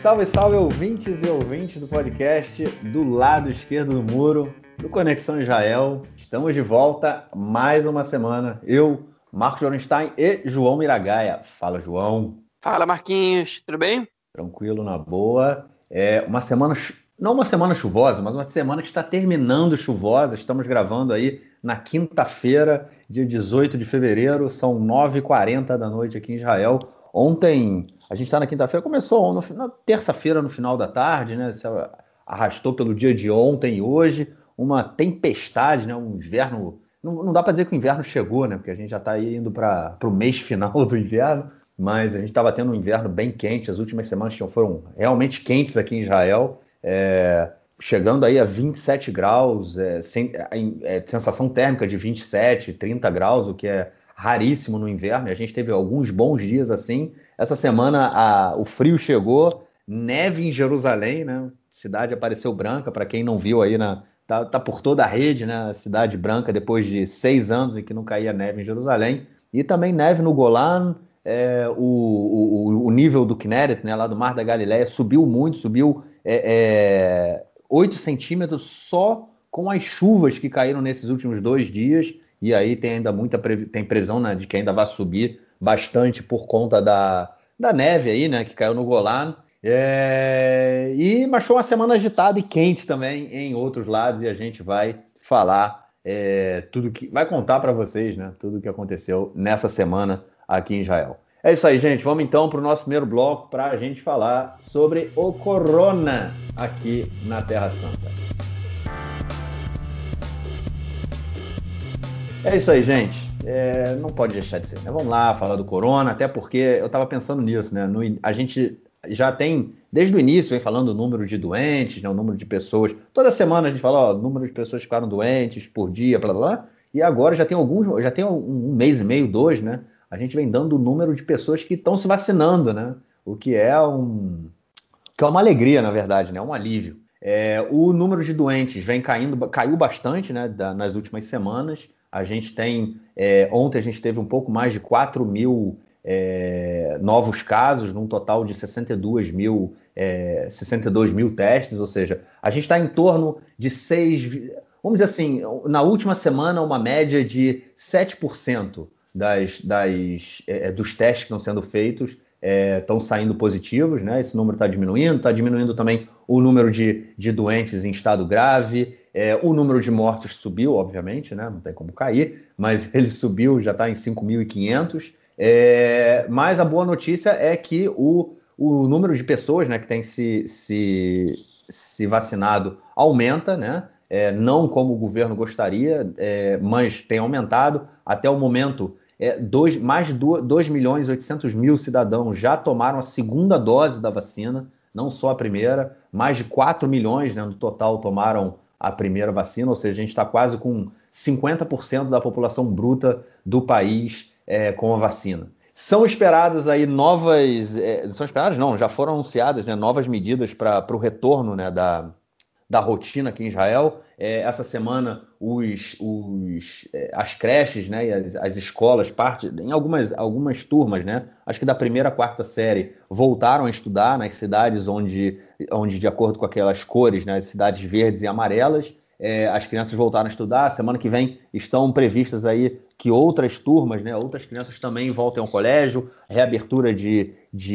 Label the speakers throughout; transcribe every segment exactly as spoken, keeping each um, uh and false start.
Speaker 1: Salve, salve, ouvintes e ouvintes do podcast do lado esquerdo do muro, do Conexão Israel. Estamos de volta mais uma semana. Eu, Marcos Jorenstein e João Miragaia. Fala, João.
Speaker 2: Fala, Marquinhos. Tudo bem?
Speaker 1: Tranquilo, na boa. É uma semana, não uma semana chuvosa, mas uma semana que está terminando chuvosa. Estamos gravando aí na quinta-feira, dia dezoito de fevereiro. São nove e quarenta da noite aqui em Israel. Ontem, a gente está na quinta-feira, começou no, na terça-feira, no final da tarde, né? Se arrastou pelo dia de ontem e hoje, uma tempestade, né? Um inverno. Não, não dá para dizer que o inverno chegou, né? Porque a gente já está indo para o mês final do inverno, mas a gente estava tendo um inverno bem quente. As últimas semanas foram realmente quentes aqui em Israel, é, chegando aí a vinte e sete graus, é, sem, é, sensação térmica de vinte e sete, trinta graus, o que é raríssimo no inverno, e a gente teve alguns bons dias assim. Essa semana a, o frio chegou, neve em Jerusalém, né? Cidade apareceu branca, para quem não viu aí, na, tá, tá por toda a rede, né? Cidade branca depois de seis anos em que não caía neve em Jerusalém, e também neve no Golan. É, o, o, o nível do Kinneret, né, lá do Mar da Galileia, subiu muito, subiu é, é, oito centímetros só com as chuvas que caíram nesses últimos dois dias. E aí tem ainda muita tem previsão, né, de que ainda vai subir bastante por conta da, da neve aí, né, que caiu no Golan. É, e mas foi uma semana agitada e quente também em outros lados, e a gente vai falar é, tudo que vai contar para vocês, né, tudo que aconteceu nessa semana aqui em Israel. É isso aí, gente. Vamos então para o nosso primeiro bloco para a gente falar sobre o Corona aqui na Terra Santa. É isso aí, gente. É, não pode deixar de ser, né? Vamos lá falar do Corona, até porque eu estava pensando nisso, né? No, a gente já tem, desde o início, vem falando o número de doentes, né? O número de pessoas. Toda semana a gente fala, ó, o número de pessoas que ficaram doentes por dia, blá, blá, blá. E agora já tem alguns, já tem um, um mês e meio, dois, né? A gente vem dando o número de pessoas que estão se vacinando, né? O que é um, que é uma alegria, na verdade, né? Um alívio. É, o número de doentes vem caindo, caiu bastante, né? Da, nas últimas semanas. A gente tem, é, ontem a gente teve um pouco mais de quatro mil é, novos casos, num total de sessenta e dois mil, é, sessenta e dois mil testes, ou seja, a gente está em torno de seis, vamos dizer assim, na última semana uma média de sete por cento das, das, é, dos testes que estão sendo feitos estão é, saindo positivos, né? Esse número está diminuindo, está diminuindo também o número de, de doentes em estado grave. É, o número de mortos subiu, obviamente, né? Não tem como cair, mas ele subiu, já está em cinco mil e quinhentos. É, mas a boa notícia é que o, o número de pessoas, né, que tem se, se, se vacinado aumenta, né? É, não como o governo gostaria, é, mas tem aumentado. Até o momento, é, dois, mais de dois milhões e oitocentos mil cidadãos já tomaram a segunda dose da vacina, não só a primeira. Mais de quatro milhões, né, no total tomaram a primeira vacina, ou seja, a gente está quase com cinquenta por cento da população bruta do país é, com a vacina. São esperadas aí novas, é, são esperadas não, já foram anunciadas, né, novas medidas para o retorno, né, da, da rotina aqui em Israel. É, essa semana os, os, é, as creches, né, e as, as escolas, parte, em algumas, algumas turmas, né, acho que da primeira à quarta série, voltaram a estudar nas cidades onde, onde de acordo com aquelas cores, né, as cidades verdes e amarelas, é, as crianças voltaram a estudar. Semana que vem estão previstas aí que outras turmas, né, outras crianças também voltem ao colégio, reabertura de,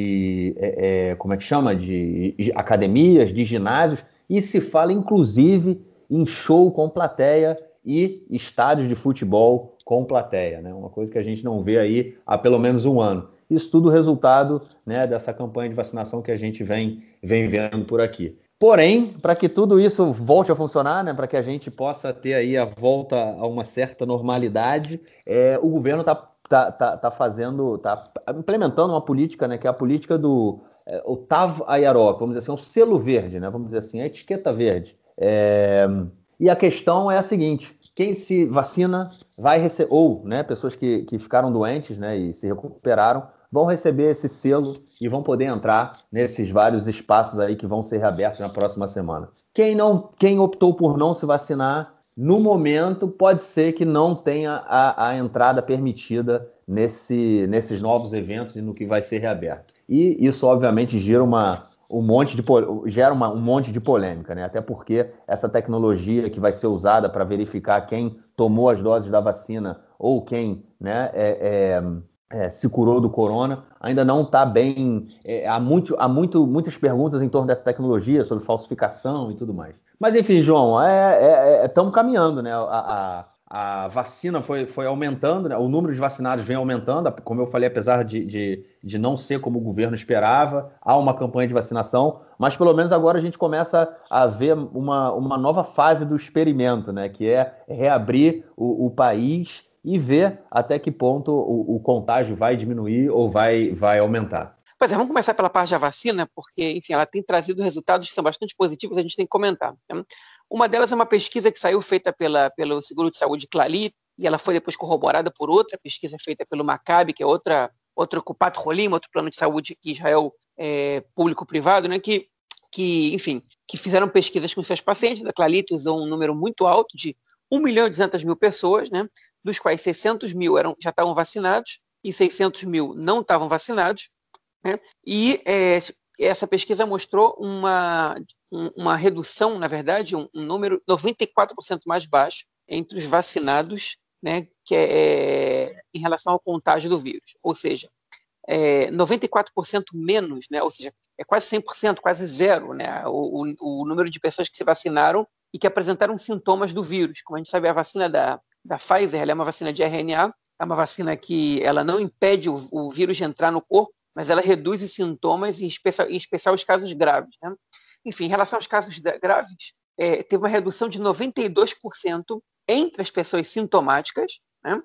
Speaker 1: de é, é, como é que chama, de, de academias, de ginásios. E se fala, inclusive, em show com plateia e estádios de futebol com plateia, né? Uma coisa que a gente não vê aí há pelo menos um ano. Isso tudo resultado, né, dessa campanha de vacinação que a gente vem, vem vendo por aqui. Porém, para que tudo isso volte a funcionar, né, para que a gente possa ter aí a volta a uma certa normalidade, é, o governo está tá, tá, tá fazendo, está implementando uma política, né, que é a política do é, o Tav Ayarok, vamos dizer assim, o selo verde, né, vamos dizer assim, a etiqueta verde. É, e a questão é a seguinte: quem se vacina vai receber, ou, né, pessoas que, que ficaram doentes, né, e se recuperaram, vão receber esse selo e vão poder entrar nesses vários espaços aí que vão ser reabertos na próxima semana. Quem não, quem optou por não se vacinar, no momento, pode ser que não tenha a, a entrada permitida nesse, nesses novos eventos e no que vai ser reaberto. E isso, obviamente, gera uma, um monte de, gera uma, um monte de polêmica, né? Até porque essa tecnologia que vai ser usada para verificar quem tomou as doses da vacina ou quem, né, é, é, é, se curou do corona, ainda não está bem. É, há muito, há muito, muitas perguntas em torno dessa tecnologia, sobre falsificação e tudo mais. Mas enfim, João, estamos é, é, é, caminhando, né? A, a, a vacina foi, foi aumentando, né? O número de vacinados vem aumentando, como eu falei, apesar de, de, de não ser como o governo esperava, há uma campanha de vacinação, mas pelo menos agora a gente começa a ver uma, uma nova fase do experimento, né? Que é reabrir o, o país e ver até que ponto o, o contágio vai diminuir ou vai, vai aumentar.
Speaker 2: Pois é, vamos começar pela parte da vacina, porque, enfim, ela tem trazido resultados que são bastante positivos, a gente tem que comentar. Né? Uma delas é uma pesquisa que saiu feita pela, pelo Seguro de Saúde Clalit, e ela foi depois corroborada por outra pesquisa feita pelo Maccabi, que é outra, outro Kupat Holim, outro plano de saúde aqui em Israel, é, público-privado, né, que, que, enfim, que fizeram pesquisas com seus pacientes. A Clalit usou um número muito alto de um milhão e duzentas mil pessoas, né, dos quais seiscentos mil eram, já estavam vacinados e seiscentos mil não estavam vacinados. Né? E é, essa pesquisa mostrou uma, uma redução, na verdade, um, um número noventa e quatro por cento mais baixo entre os vacinados, né, que é, em relação ao contágio do vírus. Ou seja, é, noventa e quatro por cento menos, né, ou seja, é quase cem por cento, quase zero, né, o, o, o número de pessoas que se vacinaram e que apresentaram sintomas do vírus. Como a gente sabe, a vacina da, da Pfizer, ela é uma vacina de R N A, é uma vacina que ela não impede o, o vírus de entrar no corpo, mas ela reduz os sintomas, em especial, em especial os casos graves. Né? Enfim, em relação aos casos graves, é, teve uma redução de noventa e dois por cento entre as pessoas sintomáticas, né?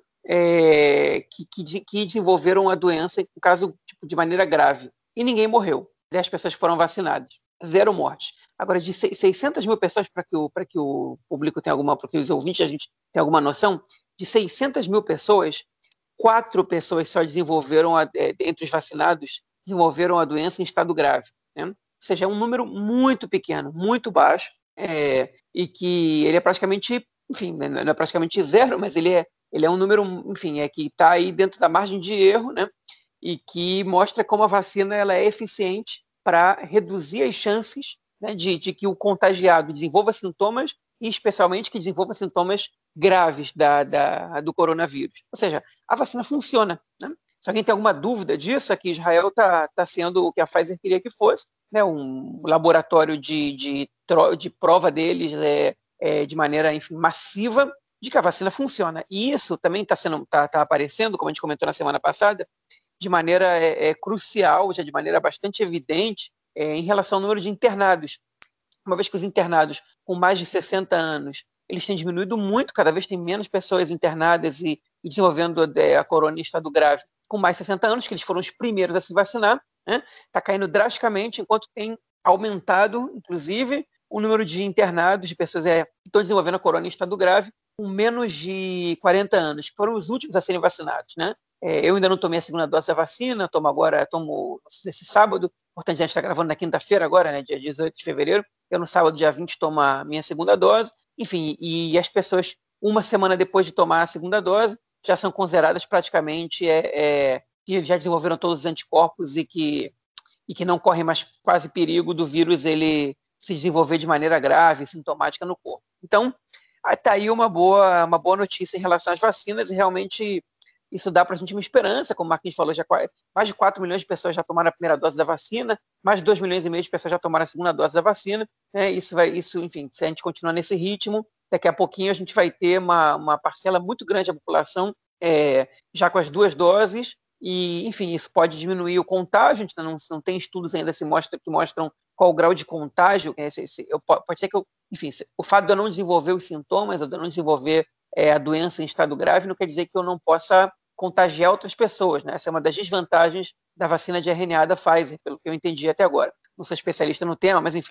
Speaker 2: é, que, que, que desenvolveram a doença, no caso, tipo, de maneira grave. E ninguém morreu. dez pessoas foram vacinadas. Zero mortes. Agora, de seiscentas mil pessoas, para que, o, que o público tenha alguma, para que os ouvintes a gente tenha alguma noção, de seiscentas mil pessoas, quatro pessoas só desenvolveram, a, é, entre os vacinados, desenvolveram a doença em estado grave. Né? Ou seja, é um número muito pequeno, muito baixo, é, e que ele é praticamente, enfim, não é praticamente zero, mas ele é, ele é um número, enfim, é que está aí dentro da margem de erro, né? E que mostra como a vacina ela é eficiente para reduzir as chances, né, de, de que o contagiado desenvolva sintomas e, especialmente, que desenvolva sintomas graves da, da, do coronavírus. Ou seja, a vacina funciona. Né? Se alguém tem alguma dúvida disso, aqui Israel está tá sendo o que a Pfizer queria que fosse, né? um laboratório de, de, de prova deles é, é, de maneira, enfim, massiva, de que a vacina funciona. E isso também está tá, tá aparecendo, como a gente comentou na semana passada, de maneira é, é, crucial, já de maneira bastante evidente, é, em relação ao número de internados. Uma vez que os internados com mais de sessenta anos, eles têm diminuído muito, cada vez tem menos pessoas internadas e, e desenvolvendo é, a corona em estado grave com mais de sessenta anos, que eles foram os primeiros a se vacinar, está né? caindo drasticamente, enquanto tem aumentado, inclusive, o número de internados, de pessoas é, que estão desenvolvendo a corona em estado grave, com menos de quarenta anos, que foram os últimos a serem vacinados. Né? É, eu ainda não tomei a segunda dose da vacina, tomo agora, tomo esse sábado, portanto, a gente está gravando na quinta-feira agora, né, dia dezoito de fevereiro, eu no sábado, dia vinte, tomo a minha segunda dose, enfim, e as pessoas, uma semana depois de tomar a segunda dose, já são consideradas praticamente, é, é, que já desenvolveram todos os anticorpos e que, e que não correm mais quase perigo do vírus ele se desenvolver de maneira grave, sintomática no corpo. Então, está aí uma boa, uma boa notícia em relação às vacinas, e realmente isso dá para a gente uma esperança, como o Marquinhos falou, já mais de quatro milhões de pessoas já tomaram a primeira dose da vacina, mais de dois milhões e meio de pessoas já tomaram a segunda dose da vacina. Né? Isso vai, isso, enfim, se a gente continuar nesse ritmo, daqui a pouquinho a gente vai ter uma, uma parcela muito grande da população é, já com as duas doses, e, enfim, isso pode diminuir o contágio. A gente não, não tem estudos ainda se mostra, que mostram qual o grau de contágio. É, se, se, eu, pode ser que eu, enfim, se, o fato de eu não desenvolver os sintomas, ou de eu não desenvolver é, a doença em estado grave, não quer dizer que eu não possa contagiar outras pessoas. Né? Essa é uma das desvantagens da vacina de R N A da Pfizer, pelo que eu entendi até agora. Não sou especialista no tema, mas enfim.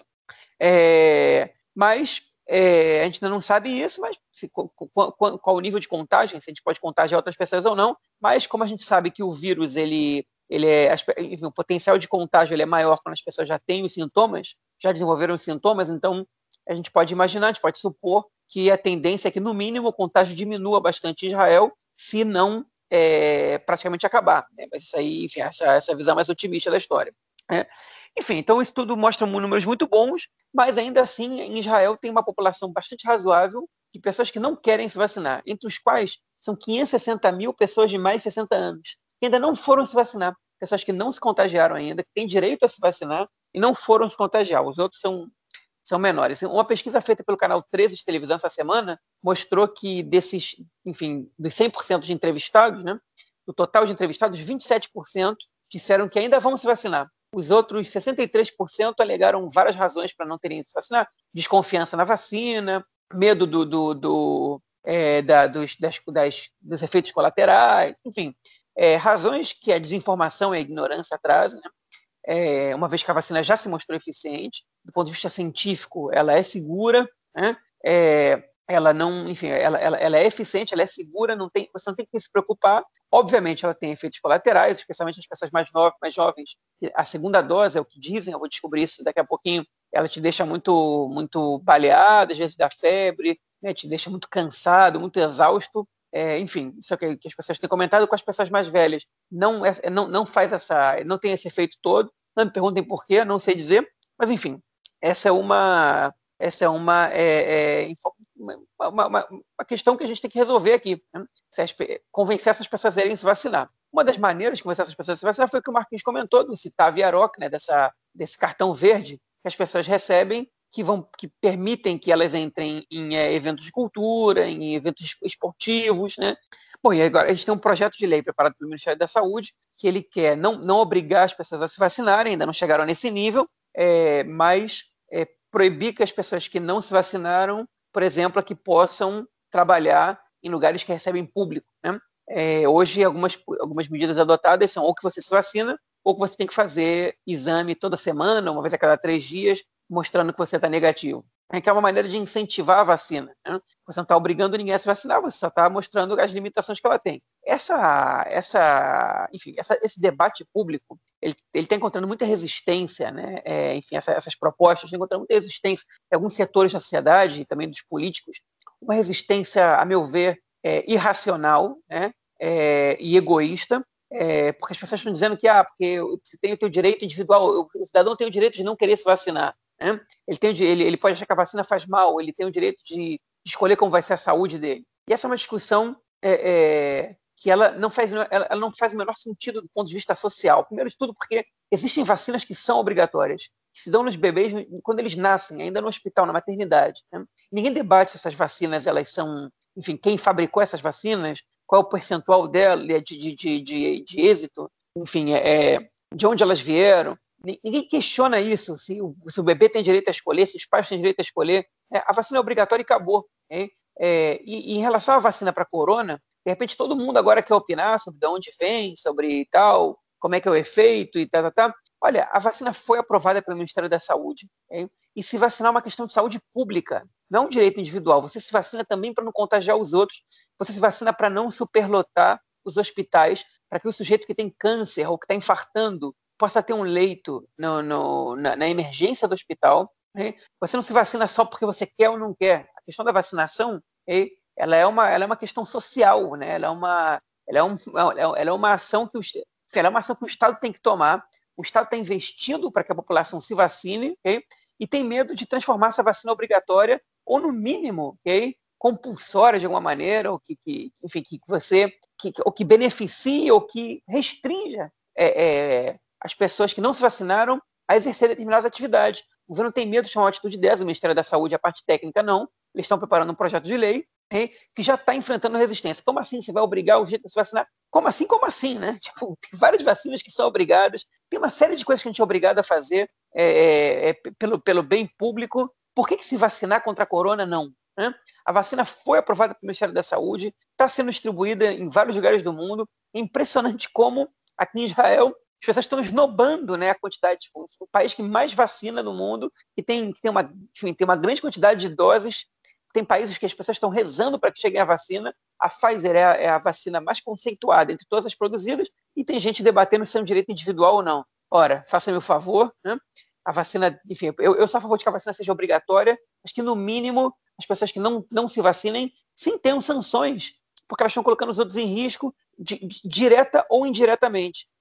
Speaker 2: É, mas é, a gente ainda não sabe isso, mas se, qual, qual, qual o nível de contagem, se a gente pode contagiar outras pessoas ou não, mas como a gente sabe que o vírus, ele, ele é, enfim, o potencial de contágio ele é maior quando as pessoas já têm os sintomas, já desenvolveram os sintomas, então a gente pode imaginar, a gente pode supor que a tendência é que, no mínimo, o contágio diminua bastante em Israel, se não é, praticamente acabar. Né? Mas isso aí, enfim, essa, essa visão mais otimista da história. Né? Enfim, então isso tudo mostra números muito bons, mas ainda assim, em Israel tem uma população bastante razoável de pessoas que não querem se vacinar, entre os quais são quinhentos e sessenta mil pessoas de mais de sessenta anos, que ainda não foram se vacinar, pessoas que não se contagiaram ainda, que têm direito a se vacinar e não foram se contagiar. Os outros são, são menores. Uma pesquisa feita pelo canal treze de televisão essa semana mostrou que desses, enfim, dos cem por cento de entrevistados, né, do total de entrevistados, vinte e sete por cento disseram que ainda vão se vacinar. Os outros sessenta e três por cento alegaram várias razões para não terem ido se vacinar: desconfiança na vacina, medo do, do, do, é, da, dos, das, das, dos efeitos colaterais, enfim, é, razões que a desinformação e a ignorância trazem, né? É, uma vez que a vacina já se mostrou eficiente, do ponto de vista científico, ela é segura, né? É, ela não, enfim, ela, ela, ela é eficiente, ela é segura, não tem, você não tem que se preocupar. Obviamente, ela tem efeitos colaterais, especialmente nas pessoas mais, novas, mais jovens. A segunda dose é o que dizem, eu vou descobrir isso daqui a pouquinho. Ela te deixa muito, muito baleado, às vezes dá febre, né? Te deixa muito cansado, muito exausto. É, enfim, isso é o que, que as pessoas têm comentado. Com as pessoas mais velhas, não, é, não, não faz essa, não tem esse efeito todo. Não me perguntem por quê, não sei dizer, mas enfim, essa é uma, essa é uma, é, é, uma, uma, uma, uma questão que a gente tem que resolver aqui, né? Convencer essas pessoas a irem se vacinar. Uma das maneiras de convencer essas pessoas a se vacinar foi o que o Marquinhos comentou, desse Taviaroc, né, dessa, desse cartão verde que as pessoas recebem, que, vão, que permitem que elas entrem em é, eventos de cultura, em eventos esportivos, né? Bom, e agora a gente tem um projeto de lei preparado pelo Ministério da Saúde, que ele quer não, não obrigar as pessoas a se vacinarem, ainda não chegaram nesse nível, é, mas é, proibir que as pessoas que não se vacinaram, por exemplo, que possam trabalhar em lugares que recebem público, né? É, hoje, algumas, algumas medidas adotadas são ou que você se vacina, ou que você tem que fazer exame toda semana, uma vez a cada três dias, mostrando que você está negativo. É que é uma maneira de incentivar a vacina, né? Você não está obrigando ninguém a se vacinar, você só está mostrando as limitações que ela tem. Essa, essa, enfim, essa, esse debate público, ele está encontrando muita resistência, né? É, enfim, essa, essas propostas estão encontrando muita resistência em alguns setores da sociedade e também dos políticos, uma resistência, a meu ver, é, irracional, né? É, e egoísta, é, porque as pessoas estão dizendo que ah, porque você tem o teu direito individual, o cidadão tem o direito de não querer se vacinar. Né? Ele, tem, ele, ele pode achar que a vacina faz mal, ele tem o direito de escolher como vai ser a saúde dele. E essa é uma discussão é, é, que ela não, faz, ela, ela não faz o menor sentido do ponto de vista social. Primeiro de tudo porque existem vacinas que são obrigatórias, que se dão nos bebês quando eles nascem, ainda no hospital, na maternidade. Né? Ninguém debate se essas vacinas, elas são, enfim, quem fabricou essas vacinas, qual é o percentual dela de, de, de, de, de êxito, enfim, é, de onde elas vieram. Ninguém questiona isso, se o, se o bebê tem direito a escolher, se os pais têm direito a escolher. É, a vacina é obrigatória e acabou. É, é, e, e em relação à vacina para corona, de repente todo mundo agora quer opinar sobre de onde vem, sobre tal, como é que é o efeito e tal, tal, tal. Olha, a vacina foi aprovada pelo Ministério da Saúde. É, e se vacinar é uma questão de saúde pública, não é um direito individual. Você se vacina também para não contagiar os outros. Você se vacina para não superlotar os hospitais, para que o sujeito que tem câncer ou que está infartando possa ter um leito no, no, na, na emergência do hospital. Né? Você não se vacina só porque você quer ou não quer. A questão da vacinação é, ela é, uma, ela é uma questão social, né? ela, é uma, ela, é um, ela é uma ação que o, ela é uma ação que o Estado tem que tomar. O Estado está investindo para que a população se vacine, okay? E tem medo de transformar essa vacina obrigatória, ou no mínimo, okay? compulsória de alguma maneira, ou que, que, enfim, que você que, ou que beneficie ou que restrinja é, é, as pessoas que não se vacinaram a exercer determinadas atividades. O governo tem medo de chamar uma atitude dessa, o Ministério da Saúde, a parte técnica não. Eles estão preparando um projeto de lei né, que já está enfrentando resistência. Como assim você vai obrigar o jeito a se vacinar? Como assim, como assim, né? Tipo, tem várias vacinas que são obrigadas, tem uma série de coisas que a gente é obrigado a fazer é, é, pelo, pelo bem público. Por que, que se vacinar contra a corona, não? Né? A vacina foi aprovada pelo Ministério da Saúde, está sendo distribuída em vários lugares do mundo. É impressionante como aqui em Israel as pessoas estão esnobando né, a quantidade, tipo, o país que mais vacina no mundo, que tem, que tem, uma, enfim, tem uma grande quantidade de doses. Tem países que as pessoas estão rezando para que chegue a vacina. A Pfizer é a, é a vacina mais conceituada entre todas as produzidas e tem gente debatendo se é um direito individual ou não. Ora, faça-me o favor, né? A vacina, enfim, eu, eu sou a favor de que a vacina seja obrigatória, mas que, no mínimo, as pessoas que não, não se vacinem, sim, tenham sanções, porque elas estão colocando os outros em risco, di, direta ou indiretamente.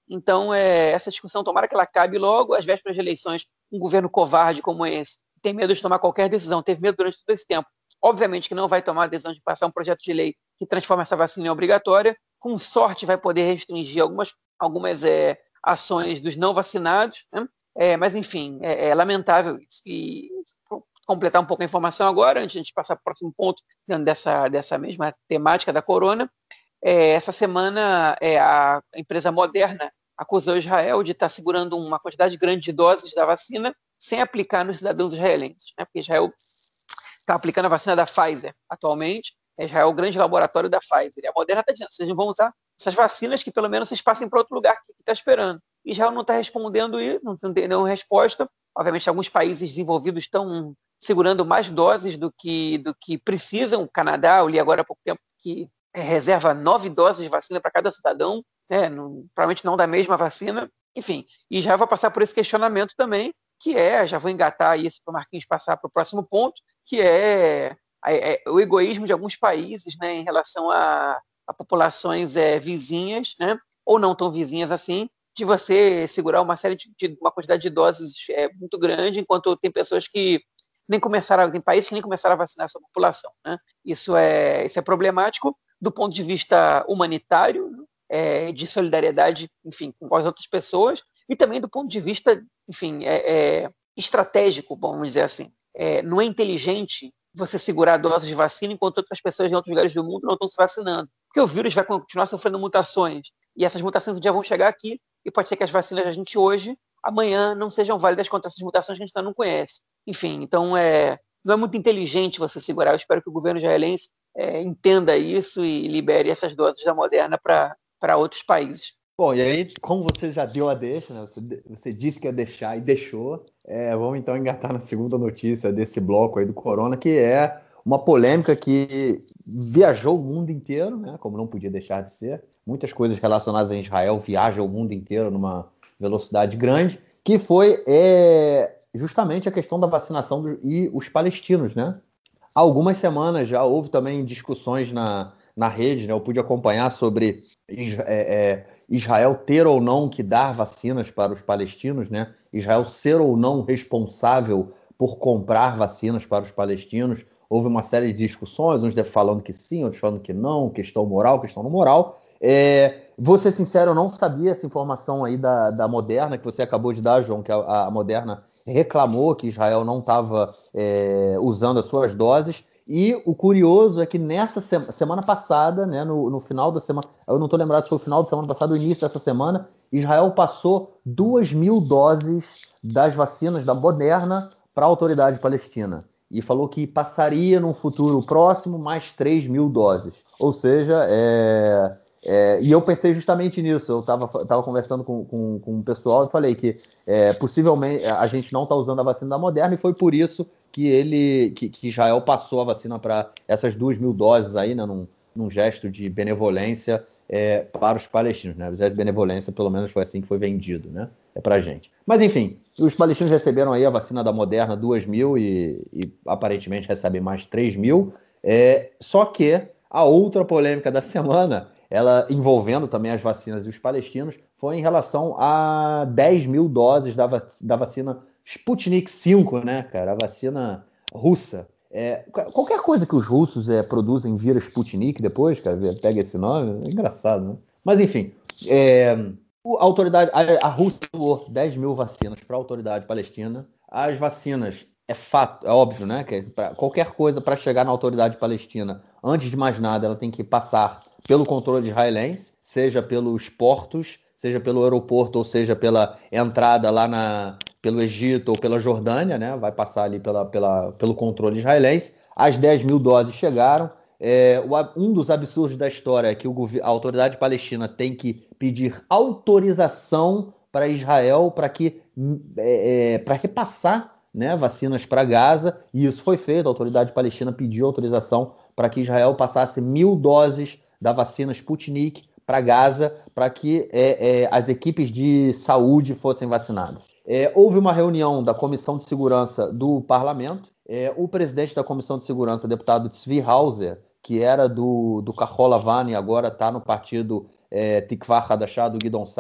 Speaker 2: Então, é, essa discussão, tomara que ela acabe logo, às vésperas de eleições, um governo covarde como esse, tem medo de tomar qualquer decisão, teve medo durante todo esse tempo. Obviamente que não vai tomar a decisão de passar um projeto de lei que transforma essa vacina em obrigatória, com sorte vai poder restringir algumas, algumas é, ações dos não vacinados, né? É, mas enfim, é, é lamentável isso. E vou completar um pouco a informação agora, antes de a gente passar para o próximo ponto, dentro dessa, dessa mesma temática da corona. É, essa semana, é, a empresa Moderna acusou Israel de estar segurando uma quantidade grande de doses da vacina sem aplicar nos cidadãos israelenses, né? Porque Israel está aplicando a vacina da Pfizer atualmente. Israel é o grande laboratório da Pfizer. E a Moderna está dizendo, vocês não vão usar essas vacinas que pelo menos vocês passem para outro lugar que está esperando. Israel não está respondendo isso, não tem nenhuma resposta. Obviamente, alguns países desenvolvidos estão segurando mais doses do que, do que precisam. O Canadá, eu li agora há pouco tempo que é, reserva nove doses de vacina para cada cidadão, né? Não, provavelmente não da mesma vacina. Enfim, e Israel vai passar por esse questionamento também, que é, já vou engatar isso para o Marquinhos passar para o próximo ponto, que é, é, é o egoísmo de alguns países, né, em relação a, a populações é, vizinhas, né, ou não tão vizinhas assim, de você segurar uma série de, de uma quantidade de doses é, muito grande, enquanto tem pessoas que nem começaram, tem países que nem começaram a vacinar essa população, né? Isso é, isso é problemático do ponto de vista humanitário, é, de solidariedade, enfim, com as outras pessoas, e também do ponto de vista, enfim, é, é, estratégico, vamos dizer assim. É, não é inteligente você segurar doses de vacina enquanto outras pessoas em outros lugares do mundo não estão se vacinando, porque o vírus vai continuar sofrendo mutações, e essas mutações um dia vão chegar aqui, e pode ser que as vacinas da gente hoje, amanhã, não sejam válidas contra essas mutações que a gente ainda não conhece. Enfim, então é, não é muito inteligente você segurar. Eu espero que o governo israelense é, entenda isso e libere essas doses da Moderna para outros países.
Speaker 1: Bom, e aí, como você já deu a deixa, né? Você, você disse que ia deixar e deixou, é, vamos então engatar na segunda notícia desse bloco aí do Corona, que é uma polêmica que viajou o mundo inteiro, né? Como não podia deixar de ser. Muitas coisas relacionadas a Israel viajam o mundo inteiro numa velocidade grande, que foi é, justamente a questão da vacinação do, e os palestinos, né? Há algumas semanas já houve também discussões na, na rede, né? Eu pude acompanhar sobre é, é, Israel ter ou não que dar vacinas para os palestinos, né? Israel ser ou não responsável por comprar vacinas para os palestinos. Houve uma série de discussões, uns falando que sim, outros falando que não, questão moral, questão não moral. É, vou ser sincero, eu não sabia essa informação aí da, da Moderna, que você acabou de dar, João, que a, a Moderna reclamou que Israel não estava é, usando as suas doses. E o curioso é que nessa sema, semana passada, né, no, no final da semana, eu não estou lembrado se foi o final da semana passada ou o início dessa semana, Israel passou duas mil doses das vacinas da Moderna para a autoridade palestina. E falou que passaria num futuro próximo mais três mil doses. Ou seja, é, é, e eu pensei justamente nisso. Eu estava tava conversando com, com, com o pessoal e falei que é, possivelmente a gente não está usando a vacina da Moderna e foi por isso que ele que, que Israel passou a vacina para essas duas mil doses aí, né, num, num gesto de benevolência é, para os palestinos, né? O gesto de benevolência, pelo menos, foi assim que foi vendido, né? É para a gente. Mas, enfim, os palestinos receberam aí a vacina da Moderna duas mil e, e aparentemente recebem mais três mil. É, só que a outra polêmica da semana, ela envolvendo também as vacinas e os palestinos, foi em relação a dez mil doses da, da vacina Sputnik cinco, né, cara? A vacina russa. É, qualquer coisa que os russos é, produzem vira Sputnik depois, cara, pega esse nome, é engraçado, né? Mas enfim, é, a autoridade, a, a Rússia doou dez mil vacinas para a autoridade palestina. As vacinas, é fato, é óbvio, né? Que pra, qualquer coisa para chegar na autoridade palestina, antes de mais nada, ela tem que passar pelo controle israelense, seja pelos portos, seja pelo aeroporto, ou seja pela entrada lá na, pelo Egito ou pela Jordânia, né? Vai passar ali pela, pela, pelo controle israelense. As dez mil doses chegaram. É, um dos absurdos da história é que o, a autoridade palestina tem que pedir autorização para Israel para que é, é, para repassar, né, vacinas para Gaza, e isso foi feito. A autoridade palestina pediu autorização para que Israel passasse mil doses da vacina Sputnik para Gaza, para que é, é, as equipes de saúde fossem vacinadas. É, houve uma reunião da Comissão de Segurança do Parlamento. É, o presidente da Comissão de Segurança, deputado Tzvi Hauser, que era do, do Kahol Lavan e agora está no partido é, Tikva Hadashah, do Guidon Saar,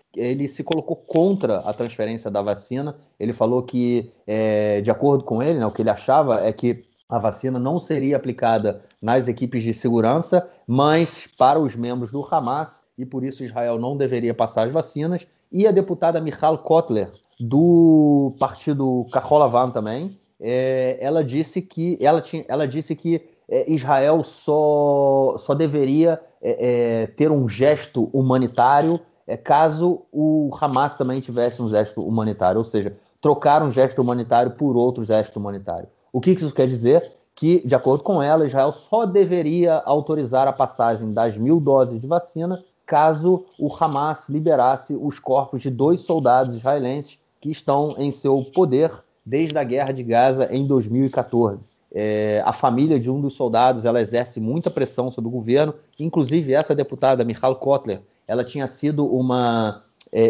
Speaker 1: ele se colocou contra a transferência da vacina. Ele falou que, é, de acordo com ele, né, o que ele achava é que a vacina não seria aplicada nas equipes de segurança, mas para os membros do Hamas, e por isso Israel não deveria passar as vacinas. E a deputada Michal Kotler, do partido Kahol Lavan também, é, ela disse que, ela tinha, ela disse que é, Israel só, só deveria é, é, ter um gesto humanitário é, caso o Hamas também tivesse um gesto humanitário, ou seja, trocar um gesto humanitário por outro gesto humanitário. O que isso quer dizer? Que, de acordo com ela, Israel só deveria autorizar a passagem das mil doses de vacina caso o Hamas liberasse os corpos de dois soldados israelenses que estão em seu poder desde a Guerra de Gaza em dois mil e quatorze. É, a família de um dos soldados ela exerce muita pressão sobre o governo, inclusive essa deputada, Michal Kotler, ela tinha sido uma,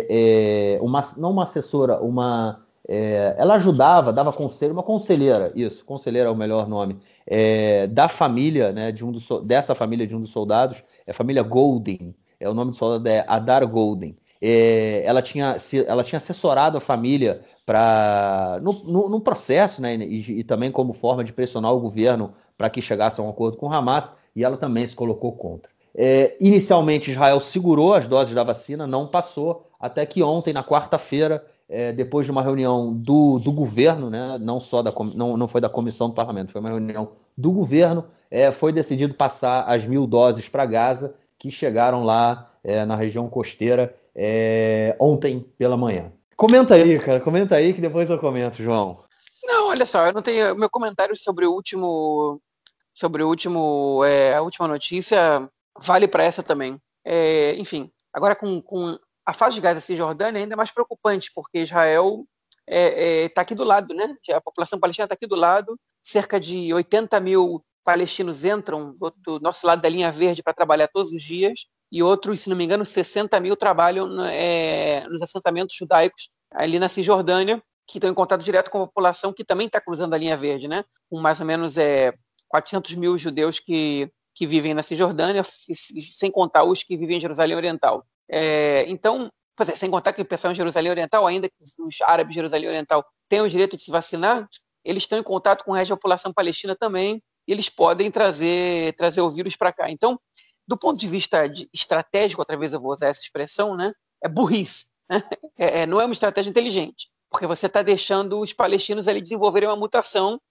Speaker 1: é, é, uma não uma assessora, uma É, ela ajudava, dava conselho, uma conselheira, isso, conselheira é o melhor nome, é, da família, né, de um dos, dessa família de um dos soldados, é a família Golden, é o nome do soldado é Adar Golden. É, ela, tinha, ela tinha assessorado a família para no, no, no processo, né, e, e também como forma de pressionar o governo para que chegasse a um acordo com o Hamas, e ela também se colocou contra. É, inicialmente, Israel segurou as doses da vacina, não passou, até que ontem, na quarta-feira, é, depois de uma reunião do, do governo, né, não, só da, não, não foi da comissão do parlamento, foi uma reunião do governo, é, foi decidido passar as mil doses para Gaza, que chegaram lá é, na região costeira é, ontem pela manhã. Comenta aí, cara, comenta aí que depois eu comento, João.
Speaker 2: Não, olha só, eu não tenho meu comentário sobre o último, sobre o último, é, a última notícia vale para essa também. É, enfim, agora com, com a fase de Gaza e Cisjordânia é ainda mais preocupante, porque Israel está é, é, tá aqui do lado, né? A população palestina está aqui do lado, cerca de oitenta mil palestinos entram do, do nosso lado da linha verde para trabalhar todos os dias, e outros, se não me engano, sessenta mil trabalham é, nos assentamentos judaicos ali na Cisjordânia, que estão em contato direto com a população que também está cruzando a linha verde, né? Com mais ou menos é, quatrocentos mil judeus que, que vivem na Cisjordânia, sem contar os que vivem em Jerusalém Oriental. É, então, é, sem contar que o pessoal em Jerusalém Oriental, ainda que os árabes de Jerusalém Oriental tenham o direito de se vacinar, eles estão em contato com o resto da população palestina também, e eles podem trazer, trazer o vírus para cá. Então, do ponto de vista de estratégico, outra vez eu vou usar essa expressão, né, é burrice. Né? É, não é uma estratégia inteligente, porque você está deixando os palestinos ali desenvolverem uma mutação,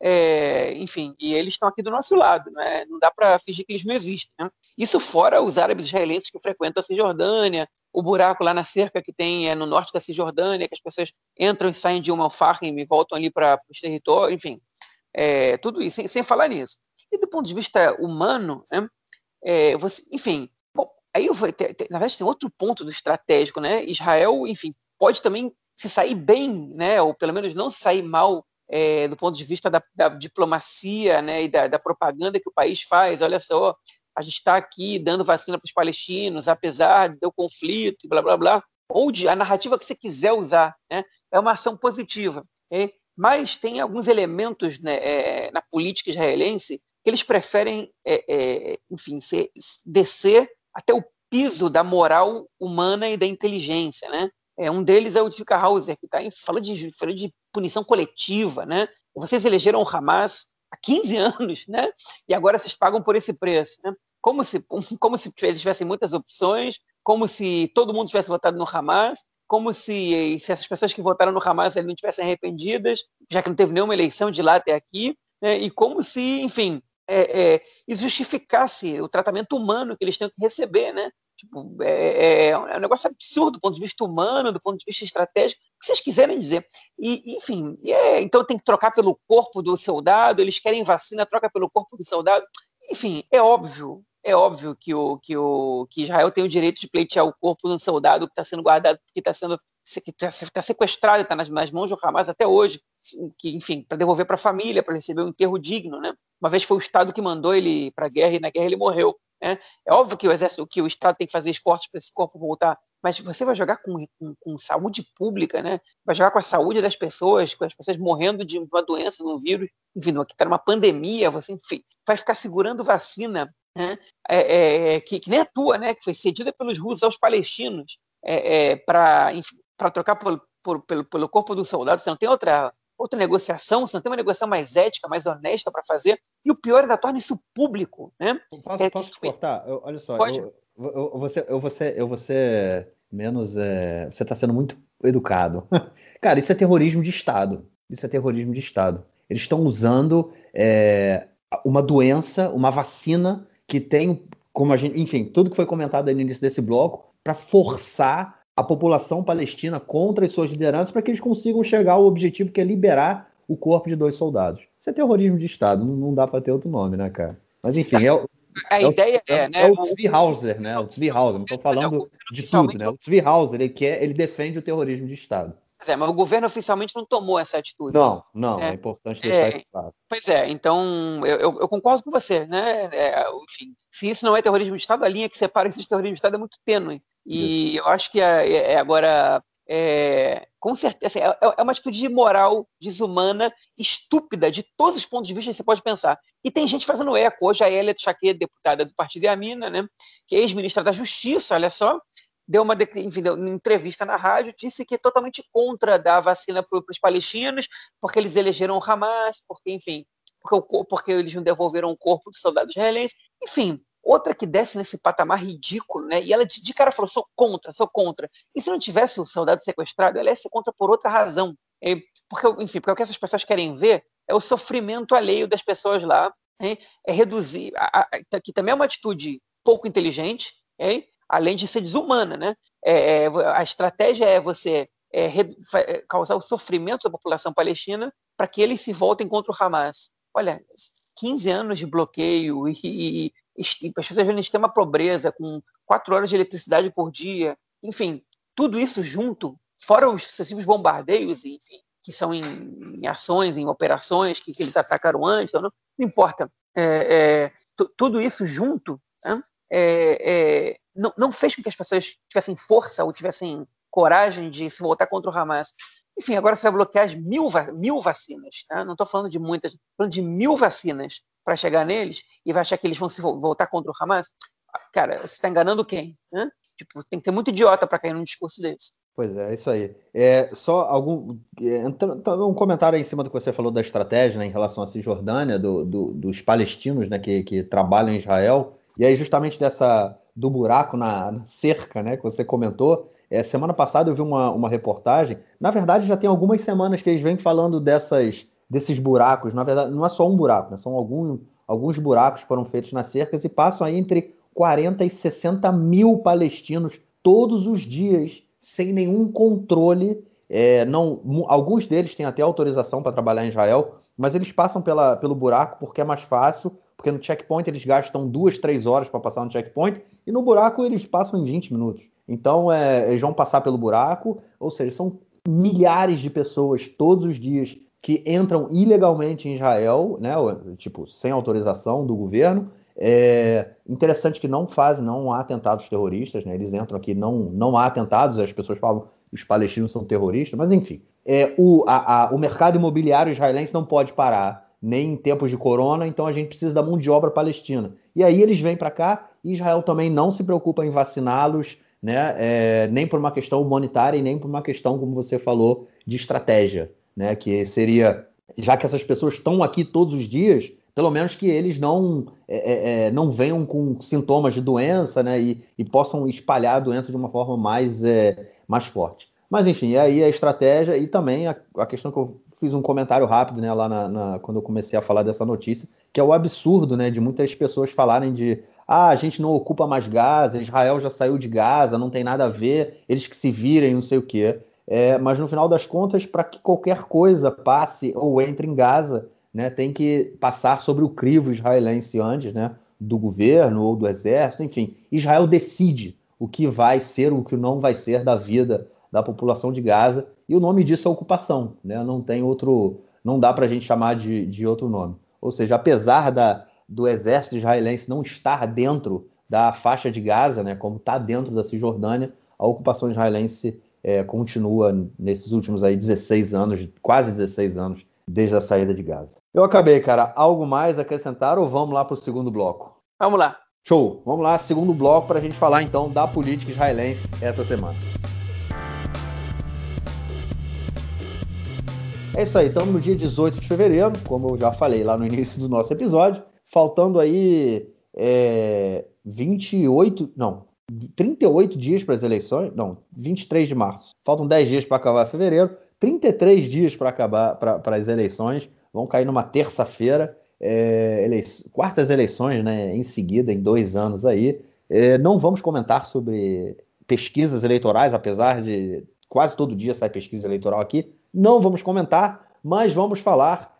Speaker 2: é, enfim, e eles estão aqui do nosso lado, né? Não dá para fingir que eles não existem. Né? Isso fora os árabes israelenses que frequentam a Cisjordânia, o buraco lá na cerca que tem é, no norte da Cisjordânia, que as pessoas entram e saem de Umm-al-Fahim e voltam ali para os territórios, enfim, é, tudo isso, sem, sem falar nisso. E do ponto de vista humano, né, é, você, enfim, bom, aí eu vou ter, ter, na verdade tem outro ponto do estratégico, né? Israel, enfim, pode também se sair bem, né, ou pelo menos não se sair mal é, do ponto de vista da, da diplomacia, né, e da, da propaganda que o país faz. Olha só, a gente está aqui dando vacina para os palestinos, apesar do conflito, blá, blá, blá, ou de a narrativa que você quiser usar, né, é uma ação positiva. Okay? Mas tem alguns elementos, né, é, na política israelense que eles preferem, é, é, enfim, ser, descer até o piso da moral humana e da inteligência, né? É, um deles é o Zvika Hauser, que está falando de, falando de punição coletiva, né? Vocês elegeram o Hamas há quinze anos, né? E agora vocês pagam por esse preço, né? Como se, como se eles tivessem muitas opções, como se todo mundo tivesse votado no Hamas, como se, se essas pessoas que votaram no Hamas não tivessem arrependidas, já que não teve nenhuma eleição de lá até aqui, né? E como se, enfim, é, é, isso justificasse o tratamento humano que eles têm que receber, né? Tipo, é, é, um negócio absurdo do ponto de vista humano, do ponto de vista estratégico, o que vocês quiserem dizer. E, enfim, é, então tem que trocar pelo corpo do soldado, eles querem vacina, troca pelo corpo do soldado. Enfim, é óbvio, é óbvio que, o, que, o, que Israel tem o direito de pleitear o corpo de um soldado que está sendo guardado, que está sendo que está sequestrado, está nas, nas mãos do Hamas até hoje, que, enfim, para devolver para a família, para receber um enterro digno, né? Uma vez foi o Estado que mandou ele para a guerra e na guerra ele morreu. Né? É óbvio que o exército, que o Estado tem que fazer esforços para esse corpo voltar, mas você vai jogar com, com, com saúde pública, né? Vai jogar com a saúde das pessoas, com as pessoas morrendo de uma doença, de um vírus, enfim, que está numa pandemia, você, enfim, vai ficar segurando vacina, né? É, é, que, que nem a tua, né? Que foi cedida pelos russos aos palestinos. é, é, para trocar por, por, pelo, pelo corpo do soldado, você não tem outra, outra negociação, você não tem uma negociação mais ética, mais honesta para fazer, e o pior ainda torna isso público, né?
Speaker 1: Posso,
Speaker 2: É,
Speaker 1: posso te cortar? Eu- olha só,
Speaker 2: pode?
Speaker 1: eu, eu, eu, vou ser, eu, vou ser, eu vou ser menos. É, você está sendo muito educado. Cara, isso é terrorismo de Estado. Isso é terrorismo de Estado. Eles estão usando é, uma doença, uma vacina que tem, como a gente, enfim, tudo que foi comentado aí no início desse bloco, para forçar a população palestina contra as suas lideranças para que eles consigam chegar ao objetivo que é liberar o corpo de dois soldados. Isso é terrorismo de Estado, não, não dá para ter outro nome, né, cara? Mas enfim, é o,
Speaker 2: A
Speaker 1: é o,
Speaker 2: ideia
Speaker 1: é
Speaker 2: é,
Speaker 1: o, é
Speaker 2: né?
Speaker 1: o
Speaker 2: O,
Speaker 1: Tzvi Hauser, né? O Tzvi Hauser, não estou
Speaker 2: é, o
Speaker 1: falando
Speaker 2: governo
Speaker 1: de tudo,
Speaker 2: oficialmente
Speaker 1: né?
Speaker 2: não,
Speaker 1: O Tzvi Hauser, ele, quer, ele defende o terrorismo de Estado.
Speaker 2: é, mas o governo oficialmente não tomou essa atitude.
Speaker 1: Não, não, é
Speaker 2: Né?
Speaker 1: importante deixar
Speaker 2: É,
Speaker 1: isso claro.
Speaker 2: pois é, então eu, eu, eu concordo com você, né? É, enfim, se isso não é terrorismo de Estado, a linha que separa isso de terrorismo de Estado é muito tênue.
Speaker 1: Isso.
Speaker 2: E eu acho que é, é agora, é, com certeza, assim, é, é uma atitude imoral, desumana, estúpida, de todos os pontos de vista que você pode pensar. E tem gente fazendo eco. Hoje a Elia Tchaquet, deputada do Partido Yamina, né, que é ex-ministra da Justiça, olha só, deu uma, enfim, deu uma entrevista na rádio, disse que é totalmente contra dar vacina para os palestinos, porque eles elegeram o Hamas, porque, enfim, porque, porque eles não devolveram o corpo dos soldados israelenses. Enfim, outra que desce nesse patamar ridículo, né? E ela de, de cara falou: sou contra, sou contra. E se não tivesse o soldado sequestrado, ela ia ser contra por outra razão. É, porque, enfim, porque o que essas pessoas querem ver é o sofrimento alheio das pessoas lá, é, é reduzir, a, a, que também é uma atitude pouco inteligente, é, além de ser desumana, né? É, é, a estratégia é você é, causar o sofrimento da população palestina para que eles se voltem contra o Hamas. Olha, quinze anos de bloqueio e, e, e as pessoas vivendo em extrema pobreza, com quatro horas de eletricidade por dia, enfim, tudo isso junto, fora os sucessivos bombardeios, enfim, que são em, em ações, em operações que, que eles atacaram antes, não, não importa. É, é, tudo isso junto, né? é, é, não, não fez com que as pessoas tivessem força ou tivessem coragem de se voltar contra o Hamas. Enfim, agora você vai bloquear as mil, mil vacinas. Né? Não estou falando de muitas, estou falando de mil vacinas para chegar neles e vai achar que eles vão se voltar contra o Hamas. Cara, você está enganando quem? Né? Tipo, tem que ter muito idiota para cair num discurso desse.
Speaker 1: Pois é, é isso aí. É, só algum. É, um comentário aí em cima do que você falou da estratégia, né, em relação à Cisjordânia, do, do, dos palestinos, né, que, que trabalham em Israel. E aí, justamente dessa do buraco na, na cerca, né, que você comentou. É, semana passada eu vi uma, uma reportagem. Na verdade, já tem algumas semanas que eles vêm falando dessas, desses buracos. Na verdade, não é só um buraco, né, são algum, alguns buracos que foram feitos nas cercas e passam aí entre quarenta e sessenta mil palestinos todos os dias, sem nenhum controle. É, não, alguns deles têm até autorização para trabalhar em Israel, mas eles passam pela, pelo buraco porque é mais fácil, porque no checkpoint eles gastam duas, três horas para passar no checkpoint, e no buraco eles passam em vinte minutos. Então é, eles vão passar pelo buraco, ou seja, são milhares de pessoas todos os dias que entram ilegalmente em Israel, né, tipo, sem autorização do governo. É interessante que não fazem, não há atentados terroristas, né? Eles entram aqui, não, não há atentados, as pessoas falam que os palestinos são terroristas, mas enfim, é, o, a, a, o mercado imobiliário israelense não pode parar, nem em tempos de corona, então a gente precisa da mão de obra palestina. E aí eles vêm para cá, e Israel também não se preocupa em vaciná-los, né? É, nem por uma questão humanitária e nem por uma questão, como você falou, de estratégia, né? Que seria, já que essas pessoas estão aqui todos os dias, pelo menos que eles não, é, é, não venham com sintomas de doença, né, e, e possam espalhar a doença de uma forma mais, é, mais forte. Mas, enfim, aí a estratégia e também a, a questão que eu fiz um comentário rápido, né, lá na, na, quando eu comecei a falar dessa notícia, que é o absurdo, né, de muitas pessoas falarem de ah, a gente não ocupa mais Gaza, Israel já saiu de Gaza, não tem nada a ver, eles que se virem, não sei o quê. É, mas no final das contas, para que qualquer coisa passe ou entre em Gaza, né, tem que passar sobre o crivo israelense antes, né, do governo ou do exército, enfim. Israel decide o que vai ser, o que não vai ser da vida da população de Gaza, e o nome disso é ocupação, né, não tem outro, não dá para a gente chamar de, de outro nome. Ou seja, apesar da, do exército israelense não estar dentro da faixa de Gaza, né, como está dentro da Cisjordânia, a ocupação israelense é, continua nesses últimos aí dezesseis anos, quase dezesseis anos, desde a saída de Gaza. Eu acabei, cara. Algo mais a acrescentar ou vamos lá para o segundo bloco?
Speaker 2: Vamos lá.
Speaker 1: Show! Vamos lá, segundo bloco para a gente falar então da política israelense essa semana. É isso aí, estamos no dia dezoito de fevereiro, como eu já falei lá no início do nosso episódio, faltando aí é, vinte e oito, não, trinta e oito dias para as eleições, não, vinte e três de março. Faltam dez dias para acabar fevereiro, trinta e três dias para acabar para as eleições, vão cair numa terça-feira, é, elei quartas eleições, né, em seguida, em dois anos aí. É, não vamos comentar sobre pesquisas eleitorais, apesar de quase todo dia sair pesquisa eleitoral aqui. Não vamos comentar, mas vamos falar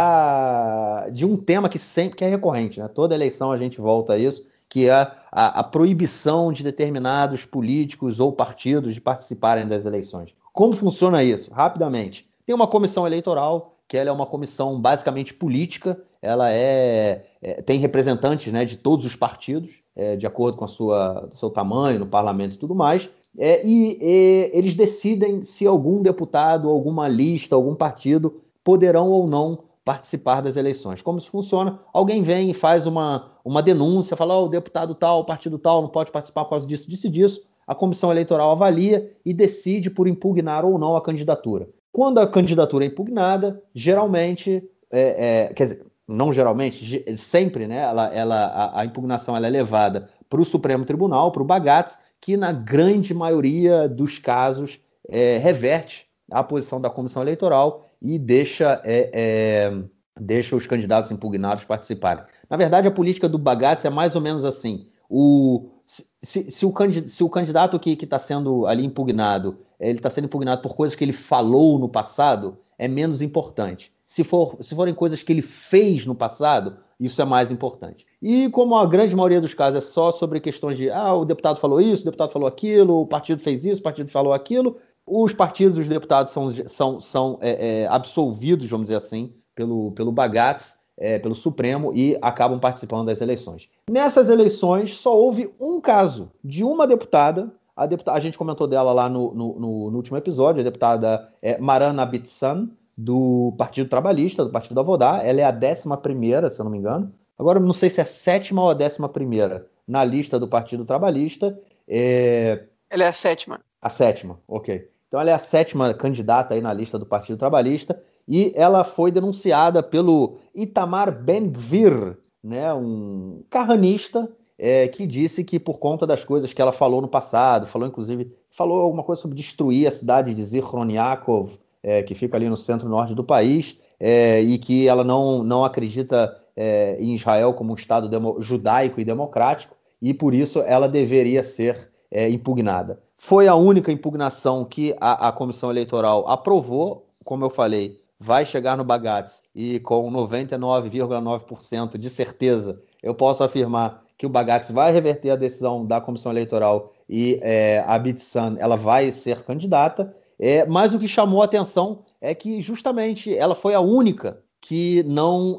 Speaker 1: da, de um tema que sempre que é recorrente, né? Toda eleição a gente volta a isso, que é a, a proibição de determinados políticos ou partidos de participarem das eleições. Como funciona isso? Rapidamente. Tem uma comissão eleitoral, que ela é uma comissão basicamente política, ela é, é tem representantes, né, de todos os partidos, é, de acordo com a sua, seu tamanho no parlamento e tudo mais. É, e, e eles decidem se algum deputado, alguma lista, algum partido poderão ou não participar das eleições. Como isso funciona? Alguém vem e faz uma, uma denúncia, fala, oh, o deputado tal, o partido tal não pode participar por causa disso, disso e disso. A comissão eleitoral avalia e decide por impugnar ou não a candidatura. Quando a candidatura é impugnada, geralmente, é, é, quer dizer, não geralmente, sempre, né, ela, ela, a, a impugnação ela é levada para o Supremo Tribunal, para o Bagats, que na grande maioria dos casos é, reverte a posição da comissão eleitoral e deixa, é, é, deixa os candidatos impugnados participarem. Na verdade, a política do Bagats é mais ou menos assim. O, se, se, se, o, se o candidato que está sendo ali impugnado, ele está sendo impugnado por coisas que ele falou no passado, é menos importante. Se, for, se forem coisas que ele fez no passado, isso é mais importante. E como a grande maioria dos casos é só sobre questões de ah, o deputado falou isso, o deputado falou aquilo, o partido fez isso, o partido falou aquilo, os partidos e os deputados são, são, são é, é, absolvidos, vamos dizer assim, pelo, pelo Bagats, é, pelo Supremo, e acabam participando das eleições. Nessas eleições, só houve um caso de uma deputada, a, deputada, a gente comentou dela lá no, no, no, no último episódio, a deputada é, Marana Bitsan, do Partido Trabalhista, do Partido da Vodá. Ela é a décima primeira, se eu não me engano. Agora, não sei se é a sétima ou a décima primeira na lista do Partido Trabalhista. É...
Speaker 2: Ela é a sétima.
Speaker 1: A sétima, ok. Então, ela é a sétima candidata aí na lista do Partido Trabalhista e ela foi denunciada pelo Itamar Ben-Gvir, né, um carranista é, que disse que por conta das coisas que ela falou no passado, falou inclusive, falou alguma coisa sobre destruir a cidade de Zichron Yaakov, É, que fica ali no centro-norte do país, é, e que ela não, não acredita é, em Israel como um Estado demo, judaico e democrático, e por isso ela deveria ser é, impugnada. Foi a única impugnação que a, a Comissão Eleitoral aprovou, como eu falei, vai chegar no Bagats, e com noventa e nove vírgula nove por cento de certeza, eu posso afirmar que o Bagats vai reverter a decisão da Comissão Eleitoral e é, a Bitsan ela vai ser candidata. É, mas o que chamou a atenção é que justamente ela foi a única que não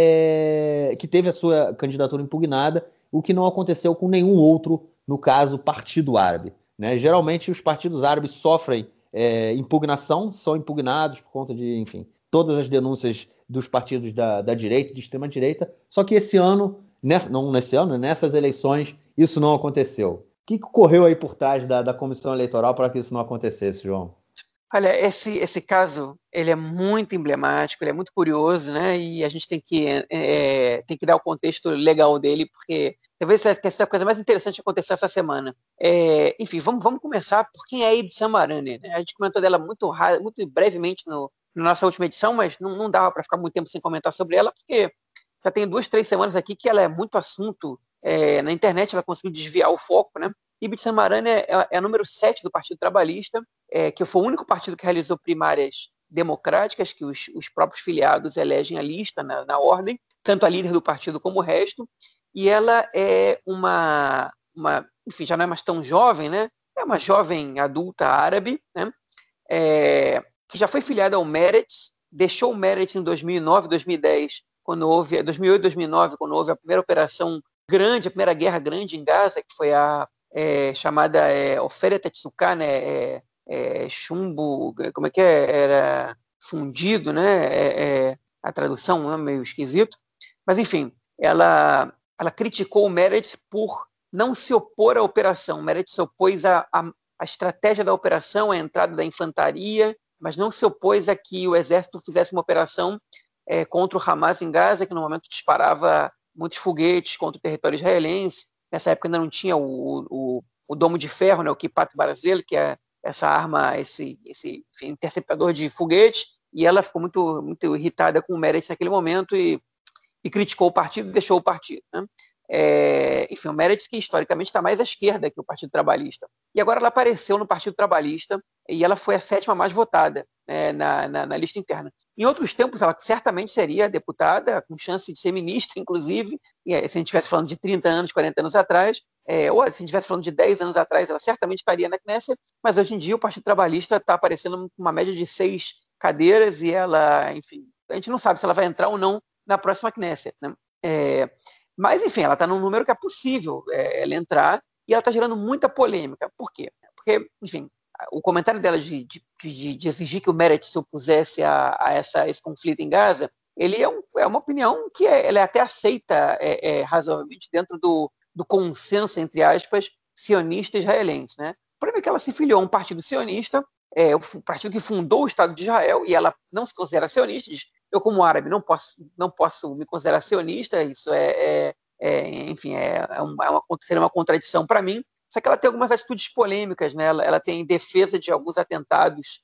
Speaker 1: é que teve a sua candidatura impugnada, o que não aconteceu com nenhum outro, no caso, Partido Árabe. Né? Geralmente os partidos árabes sofrem é, impugnação, são impugnados por conta de, enfim, todas as denúncias dos partidos da, da direita, de extrema-direita, só que esse ano, nessa, não nesse ano, nessas eleições, isso não aconteceu. O que, que correu aí por trás da, da comissão eleitoral para que isso não acontecesse, João?
Speaker 2: Olha, esse, esse caso, ele é muito emblemático, ele é muito curioso, né? E a gente tem que, é, tem que dar o contexto legal dele, porque talvez essa é a coisa mais interessante que aconteceu essa semana. É, enfim, vamos, vamos começar por quem é a Ibn Samarani, né? A gente comentou dela muito, muito brevemente no, na nossa última edição, mas não, não dava para ficar muito tempo sem comentar sobre ela, porque já tem duas, três semanas aqui que ela é muito assunto é, na internet, ela conseguiu desviar o foco, né? Ibn Samarani é, é a número sete do Partido Trabalhista, é, que foi o único partido que realizou primárias democráticas, que os, os próprios filiados elegem a lista na, na ordem, tanto a líder do partido como o resto, e ela é uma, uma, enfim, já não é mais tão jovem, né? É uma jovem adulta árabe, né? É, que já foi filiada ao Meretz, deixou o Meretz em dois mil e nove, dois mil e dez, quando houve, dois mil e oito, dois mil e nove, quando houve a primeira operação grande, a primeira guerra grande em Gaza, que foi a é, chamada é, Oferet Hatzukah, né? É, é, chumbo, como é que é? Era fundido, né? É, é, a tradução é meio esquisito, mas enfim, ela ela criticou o Meretz por não se opor à operação. O Meretz se opôs à, à, à estratégia da operação, à entrada da infantaria, mas não se opôs a que o exército fizesse uma operação é, contra o Hamas em Gaza, que no momento disparava muitos foguetes contra o território israelense. Nessa época ainda não tinha o, o, o domo de ferro, né, o Kippat Barzel, que é essa arma, esse, esse enfim, interceptador de foguetes, e ela ficou muito, muito irritada com o Meretz naquele momento e, e criticou o partido e deixou o partido, né? É, enfim, o Meretz, que historicamente está mais à esquerda que o Partido Trabalhista. E agora ela apareceu no Partido Trabalhista e ela foi a sétima mais votada, né, na, na, na lista interna. Em outros tempos, ela certamente seria deputada, com chance de ser ministra, inclusive, e, se a gente estivesse falando de trinta anos, quarenta anos atrás, é, ou se a gente estivesse falando de dez anos atrás, ela certamente estaria na Knesset, mas hoje em dia o Partido Trabalhista está aparecendo uma média de seis cadeiras e ela, enfim, a gente não sabe se ela vai entrar ou não na próxima Knesset, né? É, mas, enfim, ela está num número que é possível é, ela entrar e ela está gerando muita polêmica. Por quê? Porque, enfim, o comentário dela de, de, de, de exigir que o Meretz se opusesse a, a, essa, a esse conflito em Gaza, ele é, um, é uma opinião que é, ela é até aceita é, é, razoavelmente dentro do, do consenso, entre aspas, sionista israelense, né? O problema é que ela se filiou a um partido sionista, é, o partido que fundou o Estado de Israel, e ela não se considera sionista, diz: eu, como árabe, não posso, não posso me considerar sionista, isso é, é, é enfim, é, é uma, é uma, seria uma contradição para mim. Só que ela tem algumas atitudes polêmicas, né? Ela, ela tem defesa de alguns atentados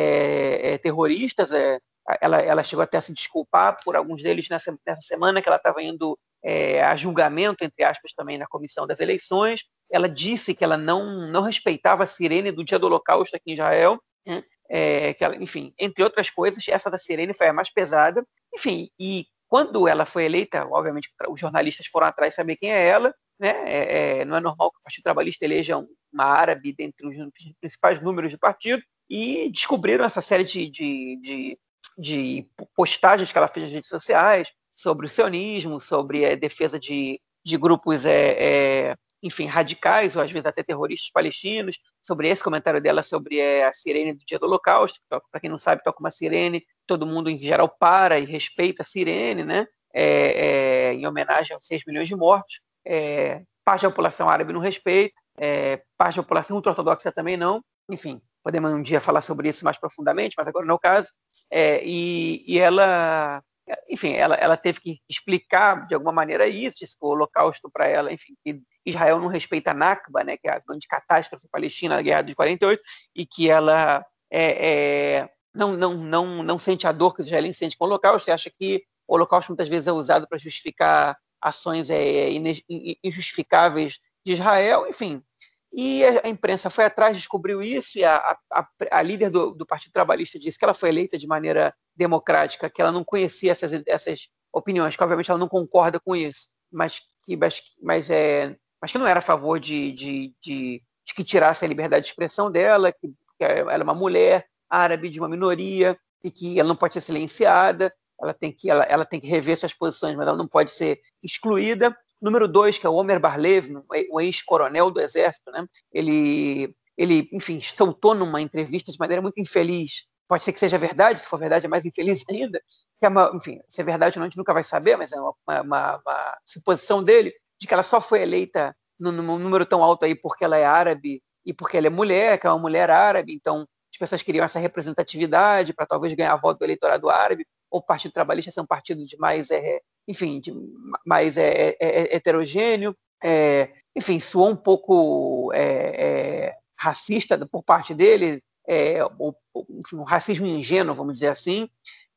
Speaker 2: é, é, terroristas, é, ela, ela chegou até a se desculpar por alguns deles nessa, nessa semana, que ela estava indo é, a julgamento, entre aspas, também na comissão das eleições. Ela disse que ela não, não respeitava a sirene do dia do Holocausto aqui em Israel, né? É, que ela, enfim, entre outras coisas, essa da sirene foi a mais pesada. Enfim, e quando ela foi eleita, obviamente os jornalistas foram atrás de saber quem é ela, né? É, é, não é normal que o Partido Trabalhista eleja uma árabe dentre os principais números do partido, e descobriram essa série de, de, de, de postagens que ela fez nas redes sociais sobre o sionismo, sobre a defesa de, de grupos é, é, enfim, radicais, ou às vezes até terroristas palestinos, sobre esse comentário dela sobre é, a sirene do dia do Holocausto, que, para quem não sabe, toca uma sirene, todo mundo em geral para e respeita a sirene, né? É, é, em homenagem aos seis milhões de mortos. É, parte da população árabe não respeita, é, parte da população ultra-ortodoxa também não. Enfim, podemos um dia falar sobre isso mais profundamente, mas agora não é o caso. É, e, e ela... Enfim, ela, ela teve que explicar de alguma maneira isso, disse que o Holocausto para ela, enfim, que Israel não respeita a Nakba, né, que é a grande catástrofe palestina da Guerra de quarenta e oito, e que ela é, é, não, não, não, não sente a dor que os israelenses sentem com o Holocausto, e acha que o Holocausto muitas vezes é usado para justificar ações é, injustificáveis de Israel, enfim. E a imprensa foi atrás, descobriu isso, e a, a, a líder do, do Partido Trabalhista disse que ela foi eleita de maneira democrática, que ela não conhecia essas, essas opiniões, que obviamente ela não concorda com isso, mas que, mas, mas, é, mas que não era a favor de, de, de, de que tirasse a liberdade de expressão dela, que, que ela é uma mulher árabe de uma minoria e que ela não pode ser silenciada, ela tem que, ela, ela tem que rever suas posições, mas ela não pode ser excluída. Número dois, que é o Omer Bar-Lev, o ex-coronel do Exército, né? ele, ele, enfim, soltou numa entrevista de maneira muito infeliz. Pode ser que seja verdade, se for verdade é mais infeliz ainda. Que é uma, enfim, se é verdade ou não, a gente nunca vai saber, mas é uma, uma, uma suposição dele de que ela só foi eleita num, num número tão alto aí porque ela é árabe e porque ela é mulher, que é uma mulher árabe, então as pessoas queriam essa representatividade para talvez ganhar voto do eleitorado árabe, ou o Partido Trabalhista ser um partido de mais... É, enfim, de, mais é, é, é heterogêneo, é, enfim, soou um pouco é, é, racista por parte dele, é, ou, enfim, um racismo ingênuo, vamos dizer assim,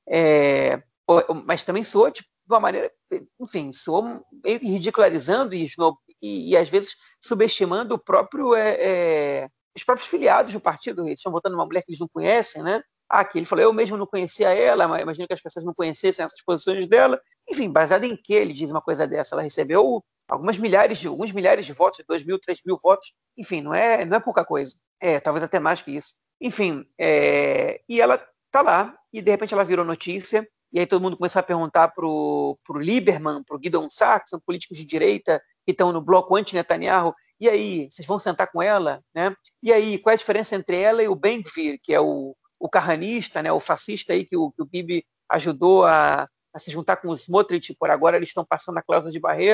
Speaker 2: é, mas também soou tipo, de uma maneira, enfim, soou meio que ridicularizando e, e, e às vezes subestimando o próprio, é, é, os próprios filiados do partido. Eles estão votando uma mulher que eles não conhecem, né? Ah, que ele falou, eu mesmo não conhecia ela, mas imagino que as pessoas não conhecessem essas posições dela. Enfim, baseado em que ele diz uma coisa dessa? Ela recebeu algumas milhares de, alguns milhares de votos, dois mil, três mil votos. Enfim, não é, não é pouca coisa. É, talvez até mais que isso. Enfim, é, e ela tá lá, e de repente ela virou notícia, e aí todo mundo começou a perguntar pro, pro Lieberman, pro Gideon Sachs, são políticos de direita que estão no bloco anti-Netanyahu, e aí, vocês vão sentar com ela? Né? E aí, qual é a diferença entre ela e o Ben-Gvir, que é o o carranista, né, o fascista aí que o, que o Bibi ajudou a, a se juntar com os Smotrich, por agora eles estão passando a cláusula de barreira,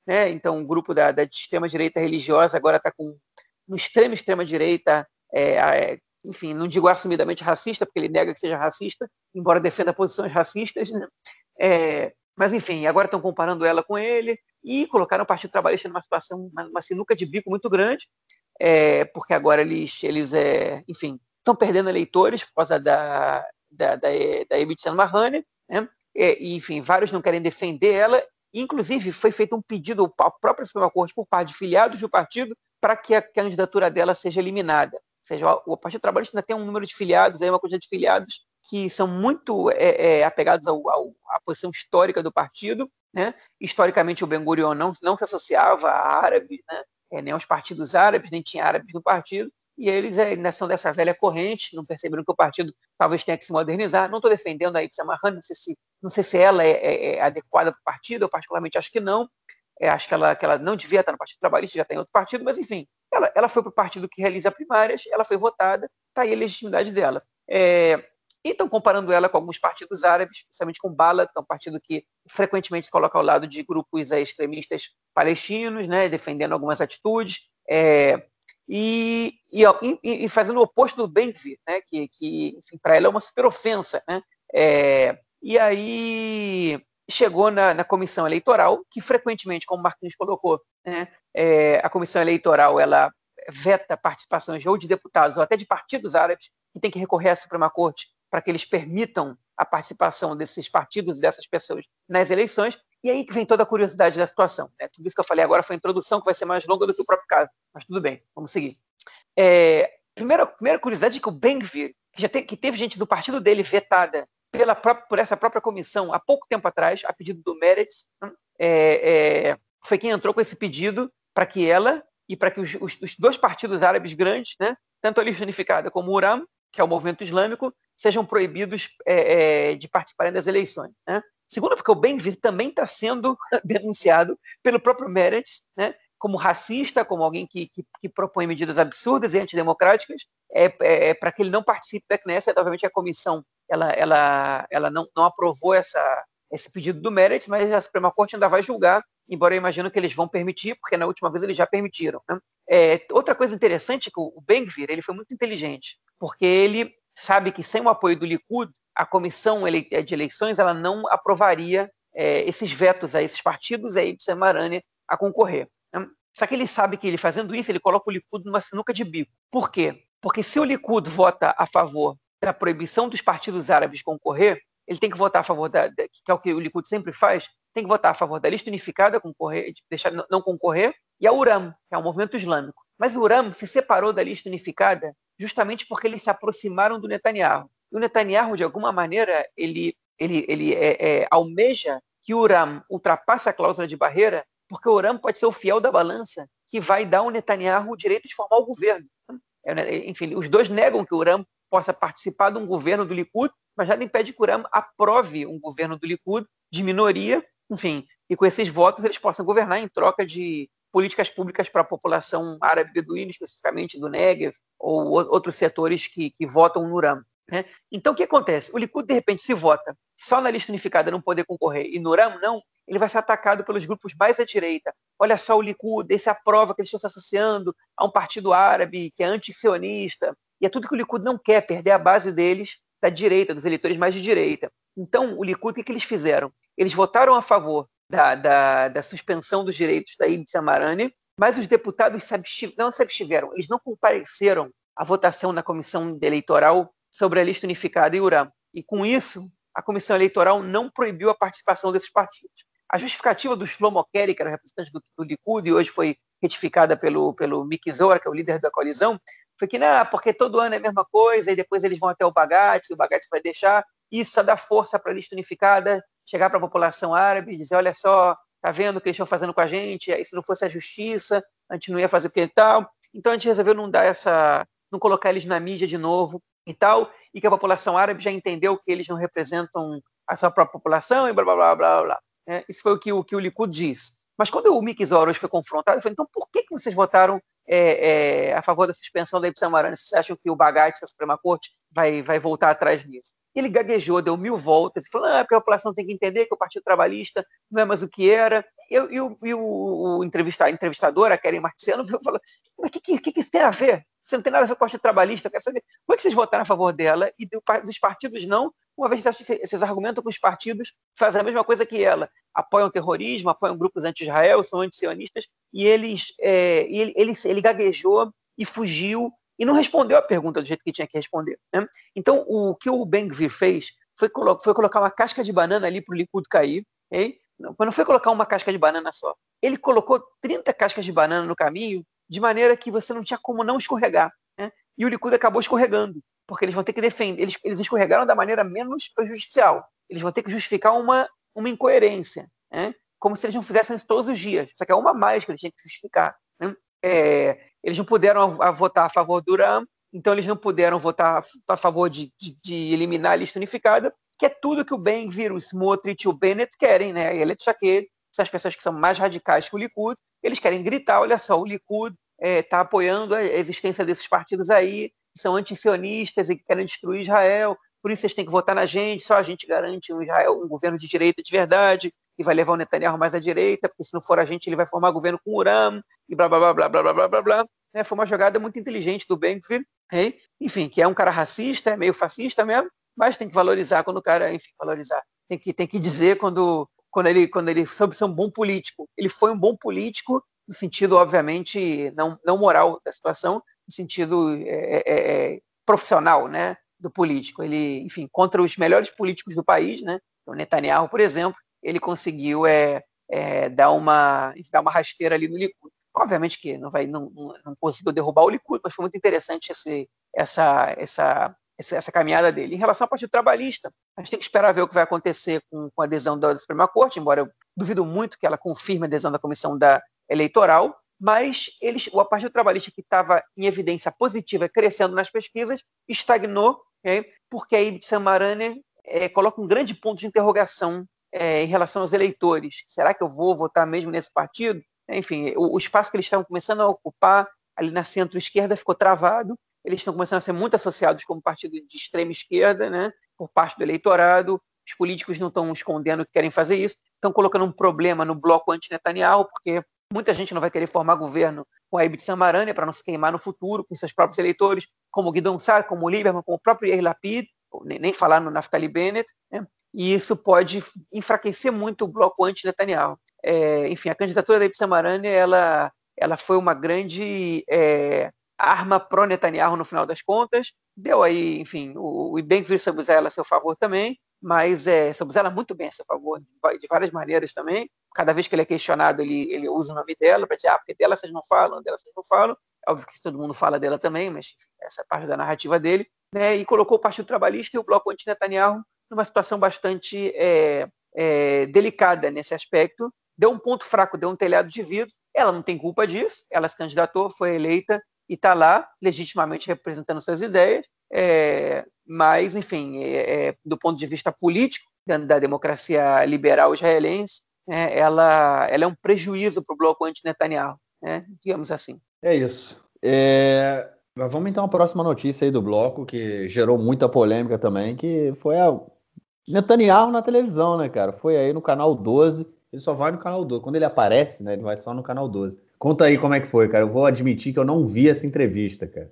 Speaker 2: né? Então, um grupo da, da extrema-direita religiosa agora está com no extremo extrema-direita, é, é, enfim, não digo assumidamente racista, porque ele nega que seja racista, embora defenda posições racistas, né? É, mas, enfim, agora estão comparando ela com ele e colocaram o Partido Trabalhista numa situação, uma, uma sinuca de bico muito grande, é, porque agora eles, eles é, enfim, estão perdendo eleitores por causa da, da, da, da Ibtiham Marrani, né? E, enfim, vários não querem defender ela. Inclusive, foi feito um pedido à própria Suprema Corte por parte de filiados do partido para que a candidatura dela seja eliminada. Ou seja, o Partido Trabalhista ainda tem um número de filiados, aí uma quantidade de filiados que são muito é, é, apegados ao, ao, à posição histórica do partido, né? Historicamente, o Ben-Gurion não, não se associava a árabes, né? É, nem aos partidos árabes, nem tinha árabes no partido, e eles é, são dessa velha corrente, não perceberam que o partido talvez tenha que se modernizar. Não estou defendendo a Ibtiham Marrani, não sei se, não sei se ela é, é, é adequada para o partido, eu particularmente acho que não. É, acho que ela, que ela não devia estar no Partido Trabalhista, já tem outro partido, mas enfim, ela, ela foi para o partido que realiza primárias, ela foi votada, está aí a legitimidade dela. É, e estão comparando ela com alguns partidos árabes, principalmente com o Balad, que é um partido que frequentemente se coloca ao lado de grupos é, extremistas palestinos, né, defendendo algumas atitudes, é, e, e, e, fazendo o oposto do Ben-Gvir, né, que, que para ela é uma super ofensa. Né, é, e aí chegou na, na comissão eleitoral, que frequentemente, como o Marquinhos colocou, né, é, a comissão eleitoral ela veta participações ou de deputados ou até de partidos árabes, que tem que recorrer à Suprema Corte para que eles permitam a participação desses partidos e dessas pessoas nas eleições. E aí que vem toda a curiosidade da situação. Né? Tudo isso que eu falei agora foi a introdução, que vai ser mais longa do que o próprio caso. Mas tudo bem, vamos seguir. É, primeira, primeira curiosidade é que o Ben-Gvir, que, já te, que teve gente do partido dele vetada pela própria, por essa própria comissão há pouco tempo atrás, a pedido do Meretz, é, é, foi quem entrou com esse pedido para que ela e para que os, os, os dois partidos árabes grandes, né, tanto a Lista Unificada como o URAM, que é o movimento islâmico, sejam proibidos é, é, de participarem das eleições. Né? Segundo, porque o Ben-Gvir também está sendo denunciado pelo próprio Meretz, né, como racista, como alguém que, que, que propõe medidas absurdas e antidemocráticas, é, é, para que ele não participe da Knesset. Obviamente a comissão ela, ela, ela não, não aprovou essa, esse pedido do Meretz, mas a Suprema Corte ainda vai julgar, embora eu imagino que eles vão permitir, porque na última vez eles já permitiram. Né? É, outra coisa interessante é que o Ben-Gvir ele foi muito inteligente, porque ele sabe que sem o apoio do Likud, a comissão de eleições ela não aprovaria é, esses vetos a esses partidos e a Ibtiham Marrani a concorrer. Né? Só que ele sabe que ele fazendo isso, ele coloca o Likud numa sinuca de bico. Por quê? Porque se o Likud vota a favor da proibição dos partidos árabes concorrer, ele tem que votar a favor da, da que é o que o Likud sempre faz, tem que votar a favor da lista unificada, concorrer, deixar não concorrer, e a URAM, que é o movimento islâmico. Mas o URAM se separou da lista unificada justamente porque eles se aproximaram do Netanyahu. E o Netanyahu, de alguma maneira, ele, ele, ele é, é, almeja que o URAM ultrapasse a cláusula de barreira, porque o URAM pode ser o fiel da balança que vai dar ao Netanyahu o direito de formar o governo. É, enfim, os dois negam que o URAM possa participar de um governo do Likud, mas nada impede que o URAM aprove um governo do Likud de minoria, enfim, e com esses votos eles possam governar em troca de políticas públicas para a população árabe beduína, especificamente do Negev, ou outros setores que, que votam no URAM. Né? Então, o que acontece? O Likud, de repente, se vota só na lista unificada não poder concorrer e no URAM não, ele vai ser atacado pelos grupos mais à direita. Olha só o Likud, esse aprova que eles estão se associando a um partido árabe que é anti-sionista, e é tudo que o Likud não quer, perder a base deles da direita, dos eleitores mais de direita. Então, o Likud, o que, que eles fizeram? Eles votaram a favor da, da, da suspensão dos direitos da Ibtiham Marrani, mas os deputados se abstiv... não se abstiveram, eles não compareceram à votação na comissão eleitoral sobre a lista unificada e URAM. E com isso, a comissão eleitoral não proibiu a participação desses partidos. A justificativa do Shlomo Kerry, que era o representante do, do Likud, e hoje foi retificada pelo, pelo Miki Zohar, que é o líder da coalizão, foi que, não, porque todo ano é a mesma coisa, e depois eles vão até o Bagatz, o Bagatz vai deixar, isso dá força para a lista unificada chegar para a população árabe e dizer, olha só, tá vendo o que eles estão fazendo com a gente, se não fosse a justiça, a gente não ia fazer o que e tal. Então a gente resolveu não dar essa, não colocar eles na mídia de novo e tal, e que a população árabe já entendeu que eles não representam a sua própria população e blá, blá, blá, blá, blá. É, isso foi o que o, que o Likud diz. Mas quando o Miki Zohar hoje foi confrontado, ele falou, então por que, que vocês votaram é, é, a favor da suspensão da Ibtiham Marrani? Vocês acham que o Bagatz, a Suprema Corte, vai, vai voltar atrás nisso. Ele gaguejou, deu mil voltas, e falou, ah, porque a população tem que entender que o Partido Trabalhista não é mais o que era. E, e, o, e o, o entrevista, a entrevistadora, a Keren Marciano, falou, mas o que, que, que isso tem a ver? Você não tem nada a ver com o Partido Trabalhista, eu quero saber. Como é que vocês votaram a favor dela e do, dos partidos não? Uma vez que vocês argumentam com os partidos, fazem a mesma coisa que ela. Apoiam o terrorismo, apoiam grupos anti-Israel, são anti-sionistas, e eles, é, ele, ele, ele gaguejou e fugiu e não respondeu a pergunta do jeito que tinha que responder. Né? Então, o que o Ben-Gvir fez foi, colo- foi colocar uma casca de banana ali para o Likud cair, okay? Não, mas não foi colocar uma casca de banana só. Ele colocou trinta cascas de banana no caminho, de maneira que você não tinha como não escorregar. Né? E o Likud acabou escorregando, porque eles vão ter que defender, eles, eles escorregaram da maneira menos prejudicial. Eles vão ter que justificar uma, uma incoerência, né? Como se eles não fizessem isso todos os dias. Só que é uma mais que eles têm que justificar. Né? É, eles não puderam a, a votar a favor do Uram, então eles não puderam votar a, a favor de, de, de eliminar a lista unificada, que é tudo que o Ben-Gvir, o Smotrich e o Bennett querem, né? A Elet Shaked, essas pessoas que são mais radicais que o Likud, eles querem gritar, olha só, o Likud está é, apoiando a existência desses partidos aí, que são anti-sionistas e que querem destruir Israel, por isso vocês têm que votar na gente, só a gente garante um, Israel, um governo de direita de verdade, e vai levar o Netanyahu mais à direita, porque se não for a gente, ele vai formar governo com o Uram, e blá, blá, blá, blá, blá, blá, blá, blá, blá. É, foi uma jogada muito inteligente do Ben-Gvir, hein? Enfim, que é um cara racista, é meio fascista mesmo, mas tem que valorizar quando o cara, enfim, valorizar. Tem que, tem que dizer quando, quando, ele, quando ele soube ser um bom político. Ele foi um bom político, no sentido, obviamente, não, não moral da situação, no sentido é, é, é, profissional, né, do político. Ele, enfim, contra os melhores políticos do país, né, o Netanyahu, por exemplo, ele conseguiu é, é, dar, uma, dar uma rasteira ali no Likud. Obviamente que não, vai, não, não conseguiu derrubar o Likud, mas foi muito interessante esse, essa, essa, essa, essa caminhada dele. Em relação ao Partido Trabalhista, a gente tem que esperar ver o que vai acontecer com, com a adesão da Suprema Corte, embora eu duvido muito que ela confirme a adesão da Comissão da Eleitoral, mas eles, o Partido Trabalhista, que estava em evidência positiva, crescendo nas pesquisas, estagnou, okay? Porque a Ibn Samarane é, coloca um grande ponto de interrogação é, em relação aos eleitores. Será que eu vou votar mesmo nesse partido? Enfim, o, o espaço que eles estavam começando a ocupar ali na centro-esquerda ficou travado, eles estão começando a ser muito associados como partido de extrema esquerda, né, por parte do eleitorado, os políticos não estão escondendo que querem fazer isso, estão colocando um problema no bloco anti-Netanyahu, porque muita gente não vai querer formar governo com a Ibn Samarane para não se queimar no futuro com seus próprios eleitores, como o Guidon Sar, como o Lieberman, como o próprio Yair Lapid, nem, nem falar no Naftali Bennett, né, e isso pode enfraquecer muito o bloco anti-Netanyahu. É, enfim, a candidatura da Ibn Samarane, ela, ela foi uma grande é, arma pró-Netanyahu no final das contas, deu aí, enfim, o, o Ben-Gvir soube usar ela a seu favor também, mas é, soube usar ela muito bem a seu favor, de, de várias maneiras também. Cada vez que ele é questionado, ele, ele usa o nome dela para dizer, ah, porque dela vocês não falam, dela vocês não falam. É óbvio que todo mundo fala dela também, mas enfim, essa é parte da narrativa dele, né? E colocou o Partido Trabalhista e o bloco anti-Netanyahu numa situação bastante é, é, delicada nesse aspecto. Deu um ponto fraco, deu um telhado de vidro. Ela não tem culpa disso, ela se candidatou, foi eleita e está lá, legitimamente representando suas ideias, é, mas, enfim, é, é, do ponto de vista político, da, da democracia liberal israelense, é, ela, ela é um prejuízo para o bloco anti-Netanyahu, né, digamos assim.
Speaker 1: É isso. É... Vamos então à próxima notícia aí do bloco, que gerou muita polêmica também, que foi a Netanyahu na televisão, né, cara? Foi aí no canal doze, ele só vai no canal doze. Quando ele aparece, né, ele vai só no canal doze. Conta aí como é que foi, cara. Eu vou admitir que eu não vi essa entrevista, cara.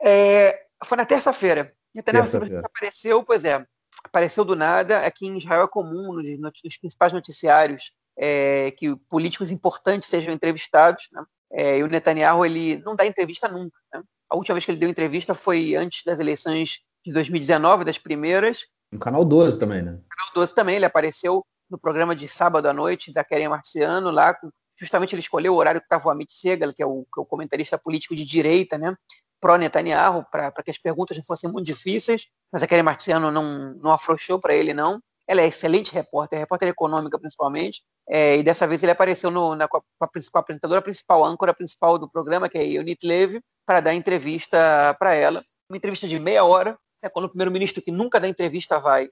Speaker 2: É, foi na terça-feira. Netanyahu
Speaker 1: Terça
Speaker 2: simplesmente apareceu, pois é, apareceu do nada. Aqui em Israel é comum, nos, nos principais noticiários, é, que políticos importantes sejam entrevistados, né? É, e o Netanyahu, ele não dá entrevista nunca, né? A última vez que ele deu entrevista foi antes das eleições de dois mil e dezenove, das primeiras.
Speaker 1: No canal doze também, né?
Speaker 2: No canal doze também, ele apareceu no programa de sábado à noite da Keren Marciano, lá, justamente ele escolheu o horário que estava o Amit Segal, que é o, que é o comentarista político de direita, né, pró-Netanyahu, para que as perguntas não fossem muito difíceis, mas a Keren Marciano não, não afrouxou para ele, não. Ela é excelente repórter, repórter econômica principalmente, é, e dessa vez ele apareceu no, na, com, a, com a apresentadora principal, a âncora principal do programa, que é a Yonit Levy, para dar entrevista para ela, uma entrevista de meia hora, né, quando o primeiro-ministro, que nunca dá entrevista, vai,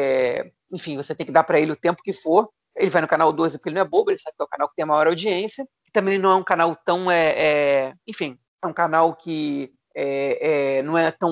Speaker 2: é, enfim, você tem que dar para ele o tempo que for. Ele vai no canal doze porque ele não é bobo, ele sabe que é o canal que tem a maior audiência, e também não é um canal tão, é, é, enfim, é um canal que é, é, não é tão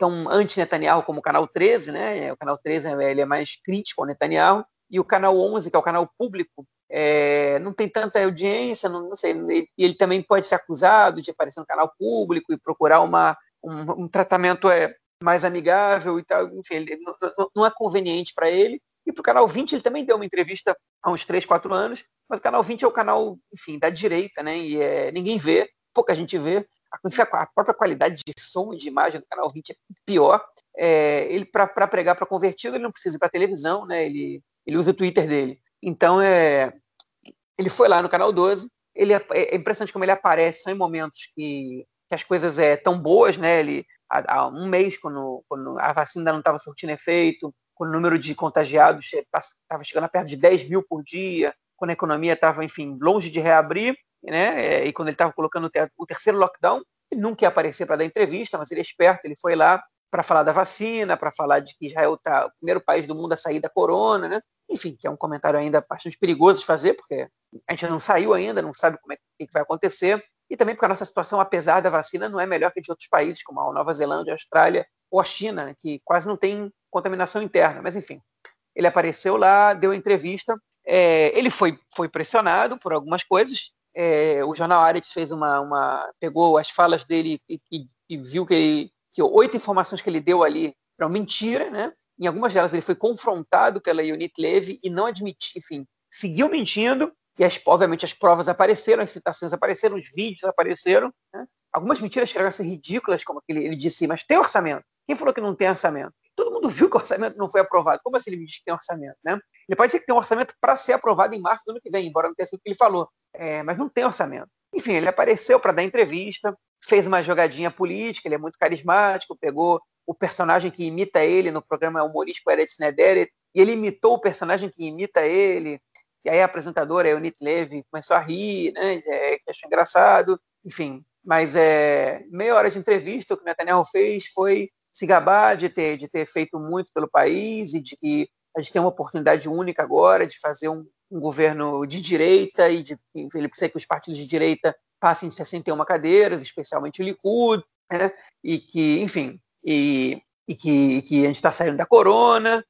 Speaker 2: tão anti-Netanyahu como o Canal treze, né? O Canal treze ele é mais crítico ao Netanyahu, e o Canal onze, que é o canal público, é, não tem tanta audiência, não, não sei, e ele, ele também pode ser acusado de aparecer no canal público e procurar uma, um, um tratamento é, mais amigável e tal, enfim, ele, não, não é conveniente para ele. E para o Canal vinte ele também deu uma entrevista há uns três, quatro anos, mas o Canal vinte é o canal, enfim, da direita, né? E é, ninguém vê, pouca gente vê. A própria qualidade de som e de imagem do Canal vinte é pior. É, ele, para pregar para convertido, ele não precisa ir para televisão, né? Ele, ele usa o Twitter dele. Então, é, ele foi lá no Canal doze. Ele, é impressionante como ele aparece só em momentos que, que as coisas é, tão boas, né? Ele, há, há um mês, quando, quando a vacina ainda não estava surtindo efeito, quando o número de contagiados estava chegando a perto de dez mil por dia, quando a economia estava, enfim, longe de reabrir, né? E quando ele estava colocando o terceiro lockdown, ele nunca ia aparecer para dar entrevista, mas ele é esperto, ele foi lá para falar da vacina, para falar de que Israel está o primeiro país do mundo a sair da corona, né? Enfim, que é um comentário ainda bastante perigoso de fazer, porque a gente não saiu ainda, não sabe como é que vai acontecer, e também porque a nossa situação, apesar da vacina, não é melhor que a de outros países, como a Nova Zelândia, a Austrália ou a China, né, que quase não tem contaminação interna. Mas, enfim, ele apareceu lá, deu entrevista, é, ele foi, foi pressionado por algumas coisas. É, o jornal Haaretz fez uma, uma, pegou as falas dele e, e, e viu que, ele, que oito informações que ele deu ali eram mentira, né? Em algumas delas ele foi confrontado pela Yonit Levi e não admitiu, enfim, seguiu mentindo, e as, obviamente as provas apareceram, as citações apareceram, os vídeos apareceram, né? Algumas mentiras chegaram a ser ridículas, como ele, ele disse, mas tem orçamento. Quem falou que não tem orçamento? Todo mundo viu que o orçamento não foi aprovado. Como assim ele me diz que tem orçamento, né? Ele pode dizer que tem um orçamento para ser aprovado em março do ano que vem, embora não tenha sido o que ele falou. É, mas não tem orçamento. Enfim, ele apareceu para dar entrevista, fez uma jogadinha política, ele é muito carismático, pegou o personagem que imita ele no programa humorístico Eretz Nederet, e ele imitou o personagem que imita ele, e aí a apresentadora, a Yonit Levi, começou a rir, né, é, que achou engraçado, enfim. Mas é, meia hora de entrevista, o que o Netanyahu fez foi se gabar de ter, de ter feito muito pelo país e de que a gente tem uma oportunidade única agora de fazer um, um governo de direita e de, ele precisa que os partidos de direita passem de sessenta e uma cadeiras, especialmente o Likud, né? E que, enfim, e, e que, e que a gente está saindo da corona,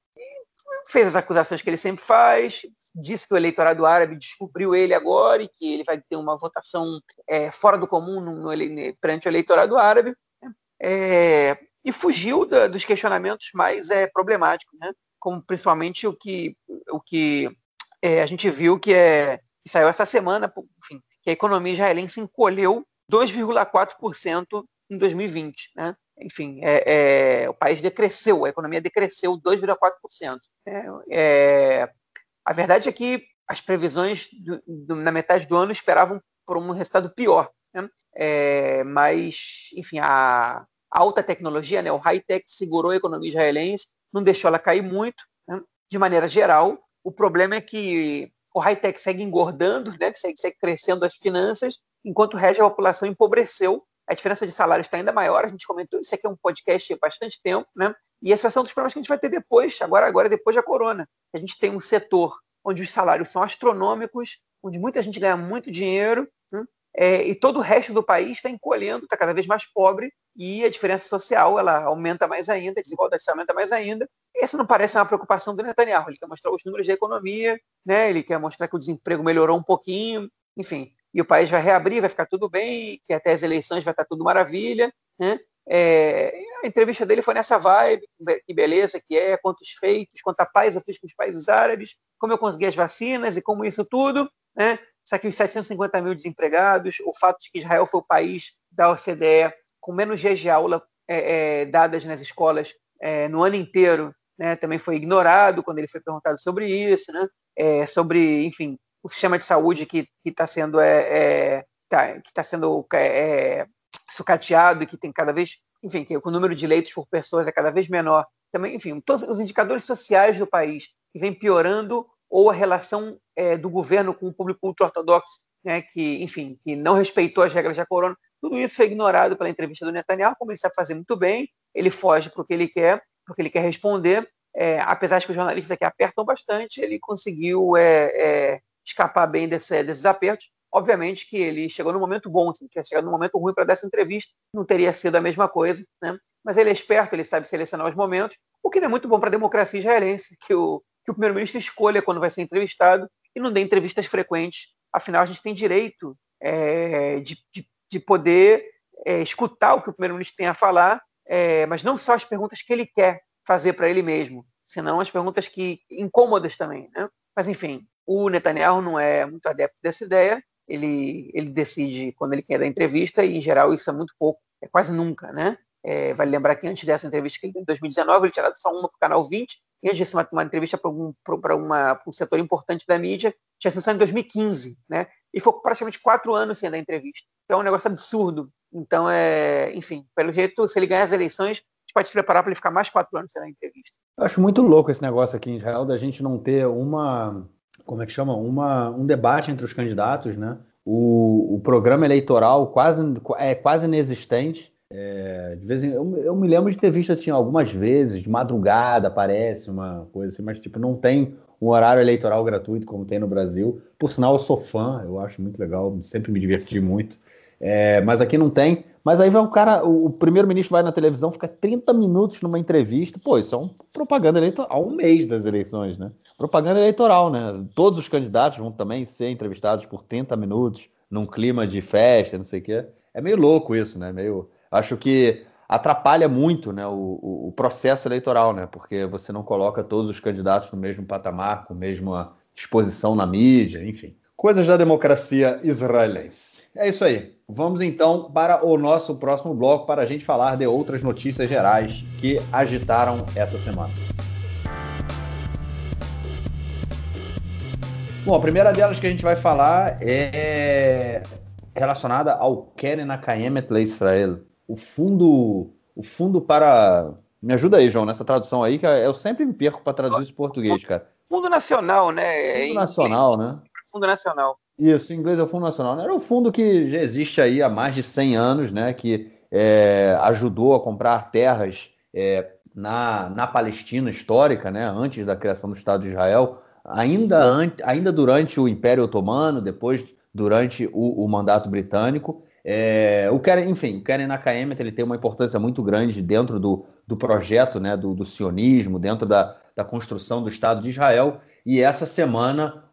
Speaker 2: fez as acusações que ele sempre faz, disse que o eleitorado árabe descobriu ele agora e que ele vai ter uma votação é, fora do comum no, no, perante o eleitorado árabe, né? É, e fugiu da, dos questionamentos mais é, problemáticos, né? Como principalmente o que, o que é, a gente viu que, é, que saiu essa semana, enfim, que a economia israelense encolheu dois vírgula quatro por cento em dois mil e vinte, né? Enfim, é, é, o país decresceu, a economia decresceu dois vírgula quatro por cento. É, é, a verdade é que as previsões do, do, na metade do ano esperavam por um resultado pior, né? É, mas, enfim, a alta tecnologia, né, o high-tech segurou a economia israelense, não deixou ela cair muito, né? De maneira geral. O problema é que o high-tech segue engordando, né, segue, segue crescendo as finanças, enquanto o resto da população empobreceu. A diferença de salários está ainda maior, a gente comentou, isso aqui é um podcast há bastante tempo, né? E essa são dos problemas que a gente vai ter depois, agora, agora depois da corona. A gente tem um setor onde os salários são astronômicos, onde muita gente ganha muito dinheiro, né? É, e todo o resto do país está encolhendo, está cada vez mais pobre, e a diferença social ela aumenta mais ainda, a desigualdade aumenta mais ainda. Essa não parece uma preocupação do Netanyahu, ele quer mostrar os números da economia, né? Ele quer mostrar que o desemprego melhorou um pouquinho, enfim, e o país vai reabrir, vai ficar tudo bem, que até as eleições vai estar tudo maravilha, né? É, a entrevista dele foi nessa vibe, que beleza que é, quantos feitos, quanta paz eu fiz com os países árabes, como eu consegui as vacinas e como isso tudo, né? Isso aqui, os setecentos e cinquenta mil desempregados, o fato de que Israel foi o país da O C D E com menos dias de aula é, é, dadas nas escolas é, no ano inteiro, né? Também foi ignorado quando ele foi perguntado sobre isso, né? É, sobre, enfim, o sistema de saúde que está sendo, é, é, tá, que tá sendo é, sucateado e que tem cada vez, enfim, que o número de leitos por pessoas é cada vez menor. Também, enfim, todos os indicadores sociais do país que vem piorando, ou a relação é, do governo com o público ultra-ortodoxo, né, que, enfim, que não respeitou as regras da corona, tudo isso foi ignorado pela entrevista do Netanyahu, como ele sabe fazer muito bem, ele foge para o que ele quer, para o que ele quer responder, é, apesar de que os jornalistas aqui apertam bastante, ele conseguiu é, é, escapar bem desse, desses apertos, Obviamente que ele chegou num momento bom, se ele tivesse chegado num momento ruim para dar essa entrevista, não teria sido a mesma coisa, né? Mas ele é esperto, ele sabe selecionar os momentos, o que não é muito bom para a democracia israelense, que o, que o primeiro-ministro escolha quando vai ser entrevistado e não dê entrevistas frequentes. Afinal, a gente tem direito é, de, de, de poder é, escutar o que o primeiro-ministro tem a falar, é, mas não só as perguntas que ele quer fazer para ele mesmo, senão as perguntas que incômodas também, né? Mas, enfim, o Netanyahu não é muito adepto dessa ideia, ele, ele decide quando ele quer dar entrevista, e, em geral, isso é muito pouco, é quase nunca, né? É, vale lembrar que antes dessa entrevista que ele deu em dois mil e dezenove, ele tinha dado só uma para o Canal vinte, e antes disso, uma, uma entrevista para um, um setor importante da mídia, tinha sido só em dois mil e quinze, né? E foi praticamente quatro anos sem dar entrevista. Então é um negócio absurdo. Então, é, enfim, pelo jeito, se ele ganhar as eleições, a gente pode se preparar para ele ficar mais quatro anos sem dar entrevista.
Speaker 1: Eu acho muito louco esse negócio aqui em Israel da gente não ter uma, como é que chama? Uma, um debate entre os candidatos, né? O, o programa eleitoral quase, é quase inexistente. É, de vez em, eu, eu me lembro de ter visto assim, algumas vezes, de madrugada aparece uma coisa assim, mas tipo, não tem um horário eleitoral gratuito como tem no Brasil. Por sinal, eu sou fã, eu acho muito legal, sempre me diverti muito. É, mas aqui não tem. Mas aí vai o cara, o, o primeiro-ministro vai na televisão, fica trinta minutos numa entrevista. Pô, isso é um propaganda eleitoral, há um mês das eleições, né? Propaganda eleitoral, né? Todos os candidatos vão também ser entrevistados por trinta minutos, num clima de festa, não sei o quê. É meio louco isso, né? Meio, acho que atrapalha muito, né, o, o, o processo eleitoral, né? Porque você não coloca todos os candidatos no mesmo patamar, com a mesma exposição na mídia, enfim. Coisas da democracia israelense. É isso aí. Vamos então para o nosso próximo bloco para a gente falar de outras notícias gerais que agitaram essa semana. Bom, a primeira delas que a gente vai falar é relacionada ao Keren HaKayemet LeIsrael, o fundo, o fundo para... Me ajuda aí, João, nessa tradução aí, que eu sempre me perco para traduzir isso em português, cara.
Speaker 2: Fundo Nacional, né?
Speaker 1: Fundo Nacional, né?
Speaker 2: Fundo Nacional.
Speaker 1: Isso, em inglês é o Fundo Nacional. Era um fundo que já existe aí há mais de cem anos, né? Que é, ajudou a comprar terras é, na, na Palestina histórica, né? Antes da criação do Estado de Israel, ainda, an, ainda durante o Império Otomano, depois durante o, o mandato britânico. É, o Keren, enfim, o Keren HaKayemet, ele tem uma importância muito grande dentro do, do projeto, né? Do, do sionismo, dentro da, da construção do Estado de Israel. E essa semana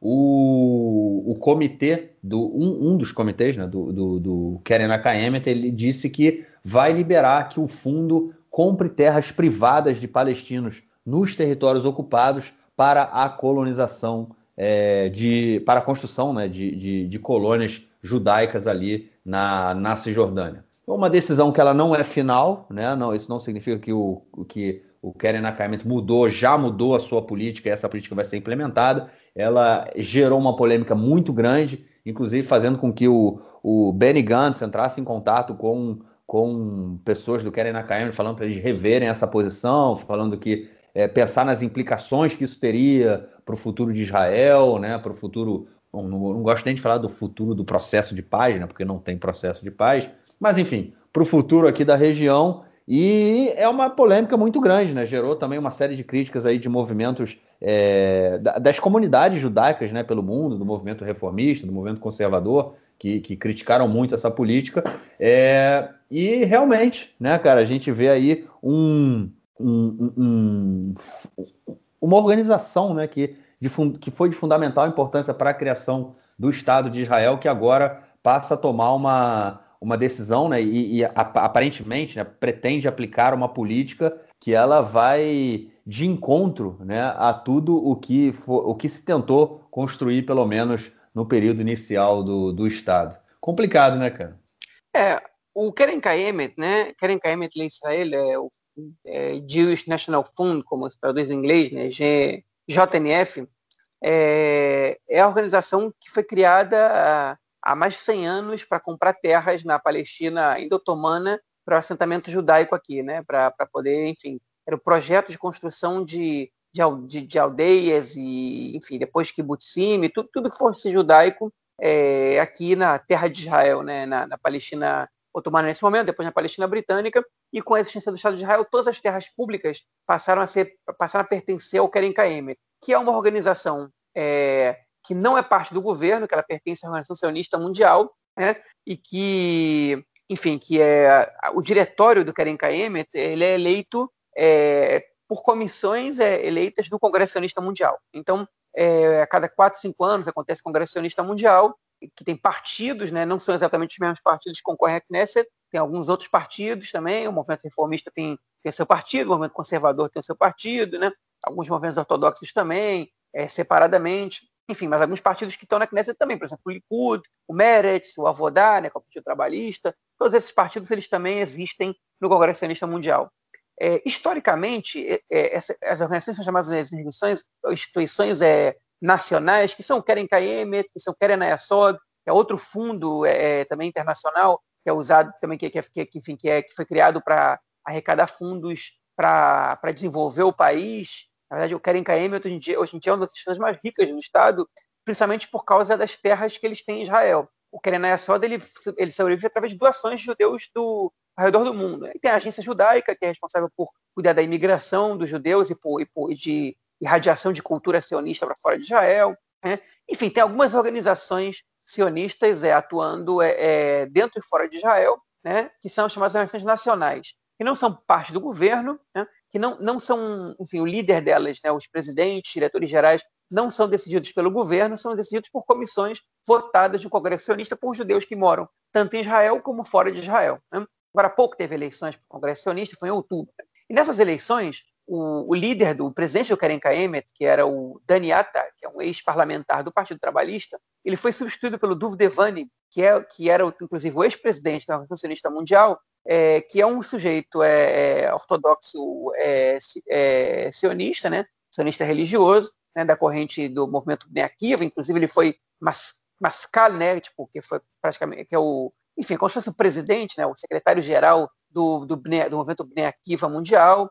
Speaker 1: o, o comitê, do, um, um dos comitês, né, do, do, do Keren HaKayemet, ele disse que vai liberar que o fundo compre terras privadas de palestinos nos territórios ocupados para a colonização, é, de, para a construção, né, de, de, de colônias judaicas ali na, na Cisjordânia. É uma decisão que ela não é final, né, não, isso não significa que o que o Keren HaKayemet mudou, já mudou a sua política, e essa política vai ser implementada. Ela gerou uma polêmica muito grande, inclusive fazendo com que o, o Benny Gantz entrasse em contato com, com pessoas do Keren HaKayemet, falando para eles reverem essa posição, falando que é, pensar nas implicações que isso teria para o futuro de Israel, né, para o futuro... Bom, não, não gosto nem de falar do futuro do processo de paz, né, porque não tem processo de paz, mas enfim, para o futuro aqui da região. E é uma polêmica muito grande, né? Gerou também uma série de críticas aí de movimentos é, das comunidades judaicas, né, pelo mundo, do movimento reformista, do movimento conservador, que, que criticaram muito essa política. É, e realmente, né, cara, a gente vê aí um, um, um, uma organização, né, que, de, que foi de fundamental importância para a criação do Estado de Israel, que agora passa a tomar uma... uma decisão, né, e, e aparentemente, né, pretende aplicar uma política que ela vai de encontro, né, a tudo o que, for, o que se tentou construir, pelo menos no período inicial do, do Estado. Complicado, né, cara?
Speaker 2: É, o Keren HaKayemet, né, Keren HaKayemet LeIsrael é o é, Jewish National Fund, como se traduz em inglês, né, J N F, é, é a organização que foi criada há mais de cem anos para comprar terras na Palestina ainda otomana para o assentamento judaico aqui, né? Para poder, enfim, era o projeto de construção de, de, de aldeias e, enfim, depois kibbutzim, tudo, tudo que fosse judaico é, aqui na terra de Israel, né? Na, na Palestina otomana nesse momento, depois na Palestina britânica, e com a existência do Estado de Israel, todas as terras públicas passaram a ser, passaram a pertencer ao Keren HaKayemet, que é uma organização é, que não é parte do governo, que ela pertence à Organização Sionista Mundial, né, e que, enfim, que é o diretório do Keren Kayemet, ele é eleito é, por comissões é, eleitas do Congresso Sionista Mundial. Então, é, a cada quatro, cinco anos acontece o Congresso Sionista Mundial, que tem partidos, né, não são exatamente os mesmos partidos que concorrem à Knesset, tem alguns outros partidos também, o movimento reformista tem, tem seu partido, o movimento conservador tem o seu partido, né, alguns movimentos ortodoxos também, é, separadamente, enfim, mas alguns partidos que estão na Knesset também, por exemplo, o Likud, o Meretz, o Avodá, né, que é o Partido Trabalhista, todos esses partidos eles também existem no Congresso Sionista Mundial. É, historicamente, é, é, essa, as organizações são chamadas de instituições, instituições é, nacionais, que são o Keren Kayemet, que são o Keren Hayasod, que é outro fundo é, também internacional, que é usado também, que, que, que, enfim, que, é, que foi criado para arrecadar fundos para desenvolver o país. Na verdade, o Keren Kayemet hoje em dia, hoje em dia é uma das instituições mais ricas do Estado, principalmente por causa das terras que eles têm em Israel. O Keren Hayasod, ele, ele sobrevive através de doações de judeus do, ao redor do mundo. E tem a agência judaica, que é responsável por cuidar da imigração dos judeus e, por, e, por, e de irradiação de cultura sionista para fora de Israel. Né? Enfim, tem algumas organizações sionistas é, atuando é, é, dentro e fora de Israel, né, que são chamadas organizações nacionais, que não são parte do governo, né, que não, não são, enfim, o líder delas, né, os presidentes, diretores gerais, não são decididos pelo governo, são decididos por comissões votadas no Congresso Sionista por judeus que moram tanto em Israel como fora de Israel. Né? Agora há pouco teve eleições para o Congresso Sionista, foi em outubro. E nessas eleições, o, o líder, do o presidente do Keren Kayemet, que era o Dani Attar, que é um ex-parlamentar do Partido Trabalhista, ele foi substituído pelo Duv Devani, que, é, que era, inclusive, o ex-presidente da Organização Sionista Mundial, é, que é um sujeito é, é, ortodoxo é, é, sionista, né, sionista religioso, né, da corrente do movimento Bnei Akiva, inclusive ele foi mas, Mascal, né, tipo, que foi praticamente, que é o, enfim, como se fosse o presidente, né, o secretário-geral do, do, do movimento Bnei Akiva mundial.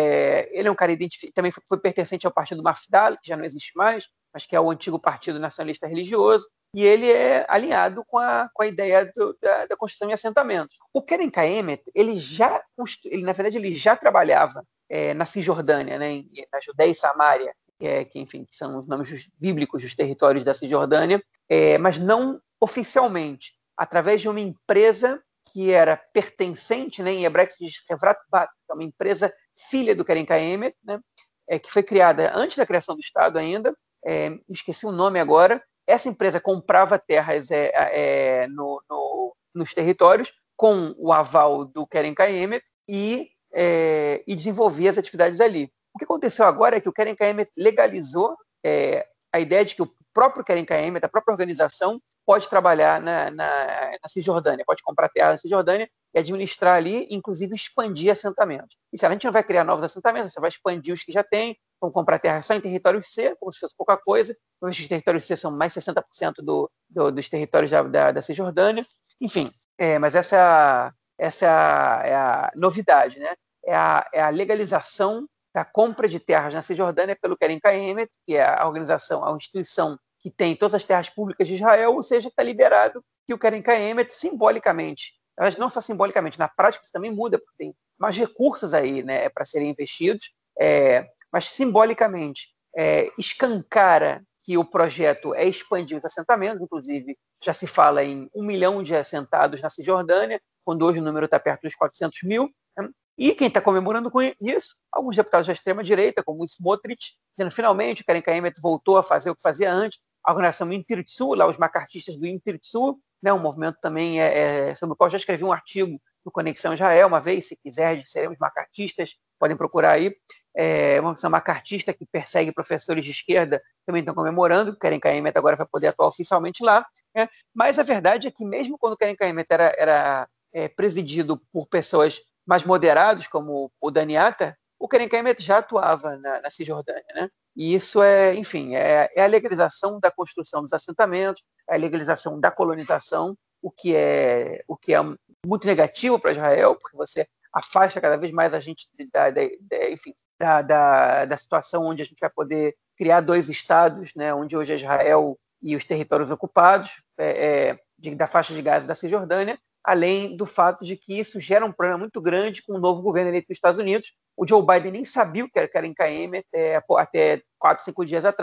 Speaker 2: É, ele é um cara identificado, também foi, foi pertencente ao partido Mafdal, que já não existe mais, mas que é o antigo partido nacionalista religioso, e ele é alinhado com a, com a ideia do, da, da construção de assentamentos. O Keren Kayemet, ele já, ele, na verdade, ele já trabalhava é, na Cisjordânia, né, na Judéia e Samária, é, que, enfim, que são os nomes bíblicos dos territórios da Cisjordânia, é, mas não oficialmente, através de uma empresa que era pertencente, né, em hebraico se diz Hevrat Bat, que é uma empresa filha do Keren Kayemet, né, é, que foi criada antes da criação do Estado ainda, é, esqueci o nome agora. Essa empresa comprava terras é, é, no, no, nos territórios com o aval do Keren Kayemet e, é, e desenvolvia as atividades ali. O que aconteceu agora é que o Keren Kayemet legalizou é, a ideia de que o próprio Keren Kayemet, a própria organização, pode trabalhar na, na, na Cisjordânia, pode comprar terra na Cisjordânia e administrar ali, inclusive expandir assentamentos. E se a gente não vai criar novos assentamentos, você vai expandir os que já tem, vão comprar terra só em território C, como se fosse pouca coisa, os territórios C são mais sessenta por cento do, do, dos territórios da, da, da Cisjordânia, enfim, é, mas essa, é a, essa é, a, é a novidade, né? É a, é a legalização da compra de terras na Cisjordânia pelo Keren Kayemet, que é a organização, a instituição que tem todas as terras públicas de Israel, ou seja, está liberado que o Keren Kayemet, simbolicamente, mas não só simbolicamente, na prática isso também muda, porque tem mais recursos aí, né, para serem investidos, é, mas simbolicamente é, escancara que o projeto é expandir os assentamentos, inclusive já se fala em um milhão de assentados na Cisjordânia, quando hoje o número está perto dos quatrocentos mil, né? E quem está comemorando com isso? Alguns deputados da extrema-direita, como o Smotrich, dizendo finalmente o Keren Kayemet voltou a fazer o que fazia antes, a organização Im Tirtzu, lá os macartistas do Im Tirtzu, né, um movimento também é, é, sobre o qual já escrevi um artigo no Conexão Israel uma vez, se quiser, seremos macartistas, podem procurar aí, é uma organização macartista que persegue professores de esquerda, também estão comemorando, que o Keren Kayemet agora vai poder atuar oficialmente lá, né? Mas a verdade é que mesmo quando o Keren Kayemet era, era é, presidido por pessoas mais moderados, como o Dani Attar, o Keren Kayemet já atuava na, na Cisjordânia, né? E isso é, enfim, é, é a legalização da construção dos assentamentos, é a legalização da colonização, o que é, o que é muito negativo para Israel, porque você afasta cada vez mais a gente da, da, da, enfim, da, da, da situação onde a gente vai poder criar dois estados, né? Onde hoje é Israel e os territórios ocupados é, é, de, da faixa de Gaza e da Cisjordânia, além do fato de que isso gera um problema muito grande com o novo governo eleito dos Estados Unidos. O Joe Biden nem sabia o que era Keren Kayemet até, até quatro, cinco dias atrás,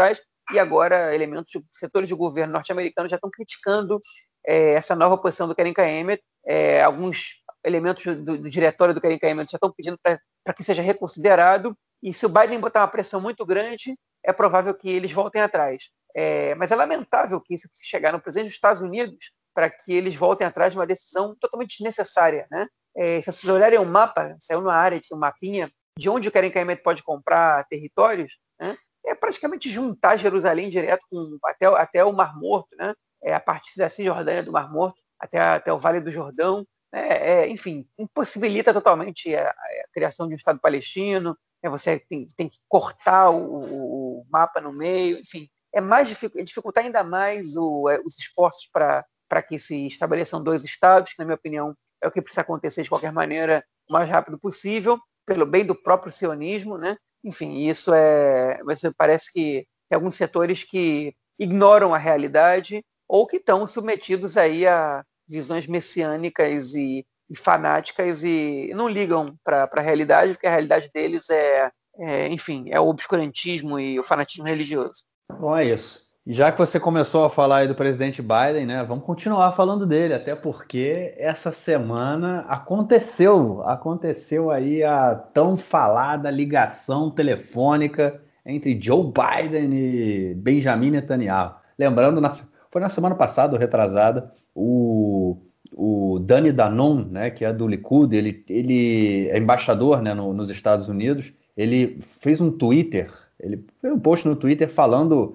Speaker 2: e agora elementos, de, setores de governo norte-americanos já estão criticando é, essa nova posição do Karim Kayemet. É, alguns elementos do, do diretório do Karim Kayemet já estão pedindo para que seja reconsiderado, e se o Biden botar uma pressão muito grande, é provável que eles voltem atrás. É, mas é lamentável que isso chegar no presidente dos Estados Unidos para que eles voltem atrás de uma decisão totalmente desnecessária, né? É, se vocês olharem o mapa, saiu na área, um mapinha, de onde o Karim Kayemet pode comprar territórios, né? É praticamente juntar Jerusalém direto com, até, até o Mar Morto, né? É, a partir da Cisjordânia do Mar Morto até, até o Vale do Jordão. Né? É, enfim, impossibilita totalmente a, a criação de um Estado palestino. Né? Você tem, tem que cortar o, o mapa no meio, enfim. É mais dificultar ainda mais o, é, os esforços para que se estabeleçam dois estados, que, na minha opinião, é o que precisa acontecer de qualquer maneira o mais rápido possível, pelo bem do próprio sionismo, né? Enfim, isso é... Mas parece que tem alguns setores que ignoram a realidade ou que estão submetidos aí a visões messiânicas e, e fanáticas e não ligam para a realidade, porque a realidade deles é, é, enfim, é o obscurantismo e o fanatismo religioso.
Speaker 1: Bom, é isso. E já que você começou a falar aí do presidente Biden, né, vamos continuar falando dele, até porque essa semana aconteceu, aconteceu aí a tão falada ligação telefônica entre Joe Biden e Benjamin Netanyahu. Lembrando, na, foi na semana passada, ou retrasada, o, o Dani Danon, né, que é do Likud, ele, ele é embaixador, né, no, nos Estados Unidos, ele fez um Twitter, ele fez um post no Twitter falando,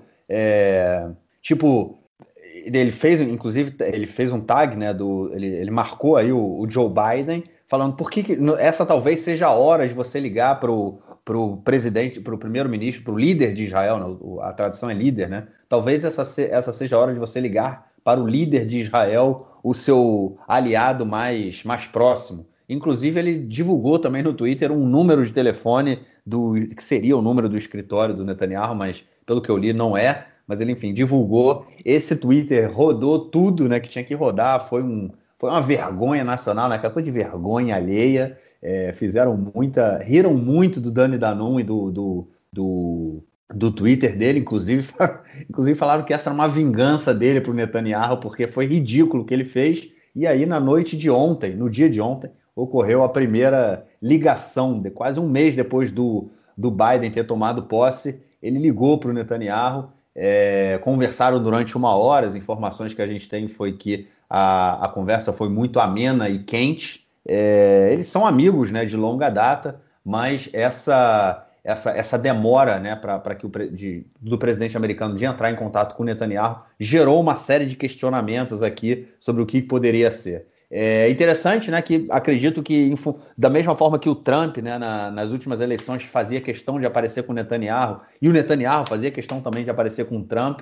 Speaker 1: é, tipo, ele fez, inclusive, ele fez um tag, né, do, ele, ele marcou aí o, o Joe Biden, falando por que, que essa talvez seja a hora de você ligar pro pro presidente, pro primeiro-ministro, pro líder de Israel, né, a tradução é líder, né, talvez essa, essa seja a hora de você ligar para o líder de Israel, o seu aliado mais, mais próximo. Inclusive, ele divulgou também no Twitter um número de telefone do que seria o número do escritório do Netanyahu, mas pelo que eu li não é. Mas ele, enfim, divulgou. Esse Twitter rodou tudo, né, que tinha que rodar. Foi, um, foi uma vergonha nacional, né? Aquela coisa de vergonha alheia. É, fizeram muita, riram muito do Dani Danon e do, do, do, do Twitter dele, inclusive, inclusive falaram que essa era uma vingança dele para o Netanyahu, porque foi ridículo o que ele fez. E aí, na noite de ontem, no dia de ontem, ocorreu a primeira ligação, de quase um mês depois do, do Biden ter tomado posse. Ele ligou para o Netanyahu, é, conversaram durante uma hora. As informações que a gente tem foi que a, a conversa foi muito amena e quente. É, eles são amigos, né, de longa data, mas essa, essa, essa demora, né, para que o de, do presidente americano de entrar em contato com o Netanyahu gerou uma série de questionamentos aqui sobre o que poderia ser. É interessante, né, que acredito que, da mesma forma que o Trump, né, na, nas últimas eleições fazia questão de aparecer com o Netanyahu, e o Netanyahu fazia questão também de aparecer com o Trump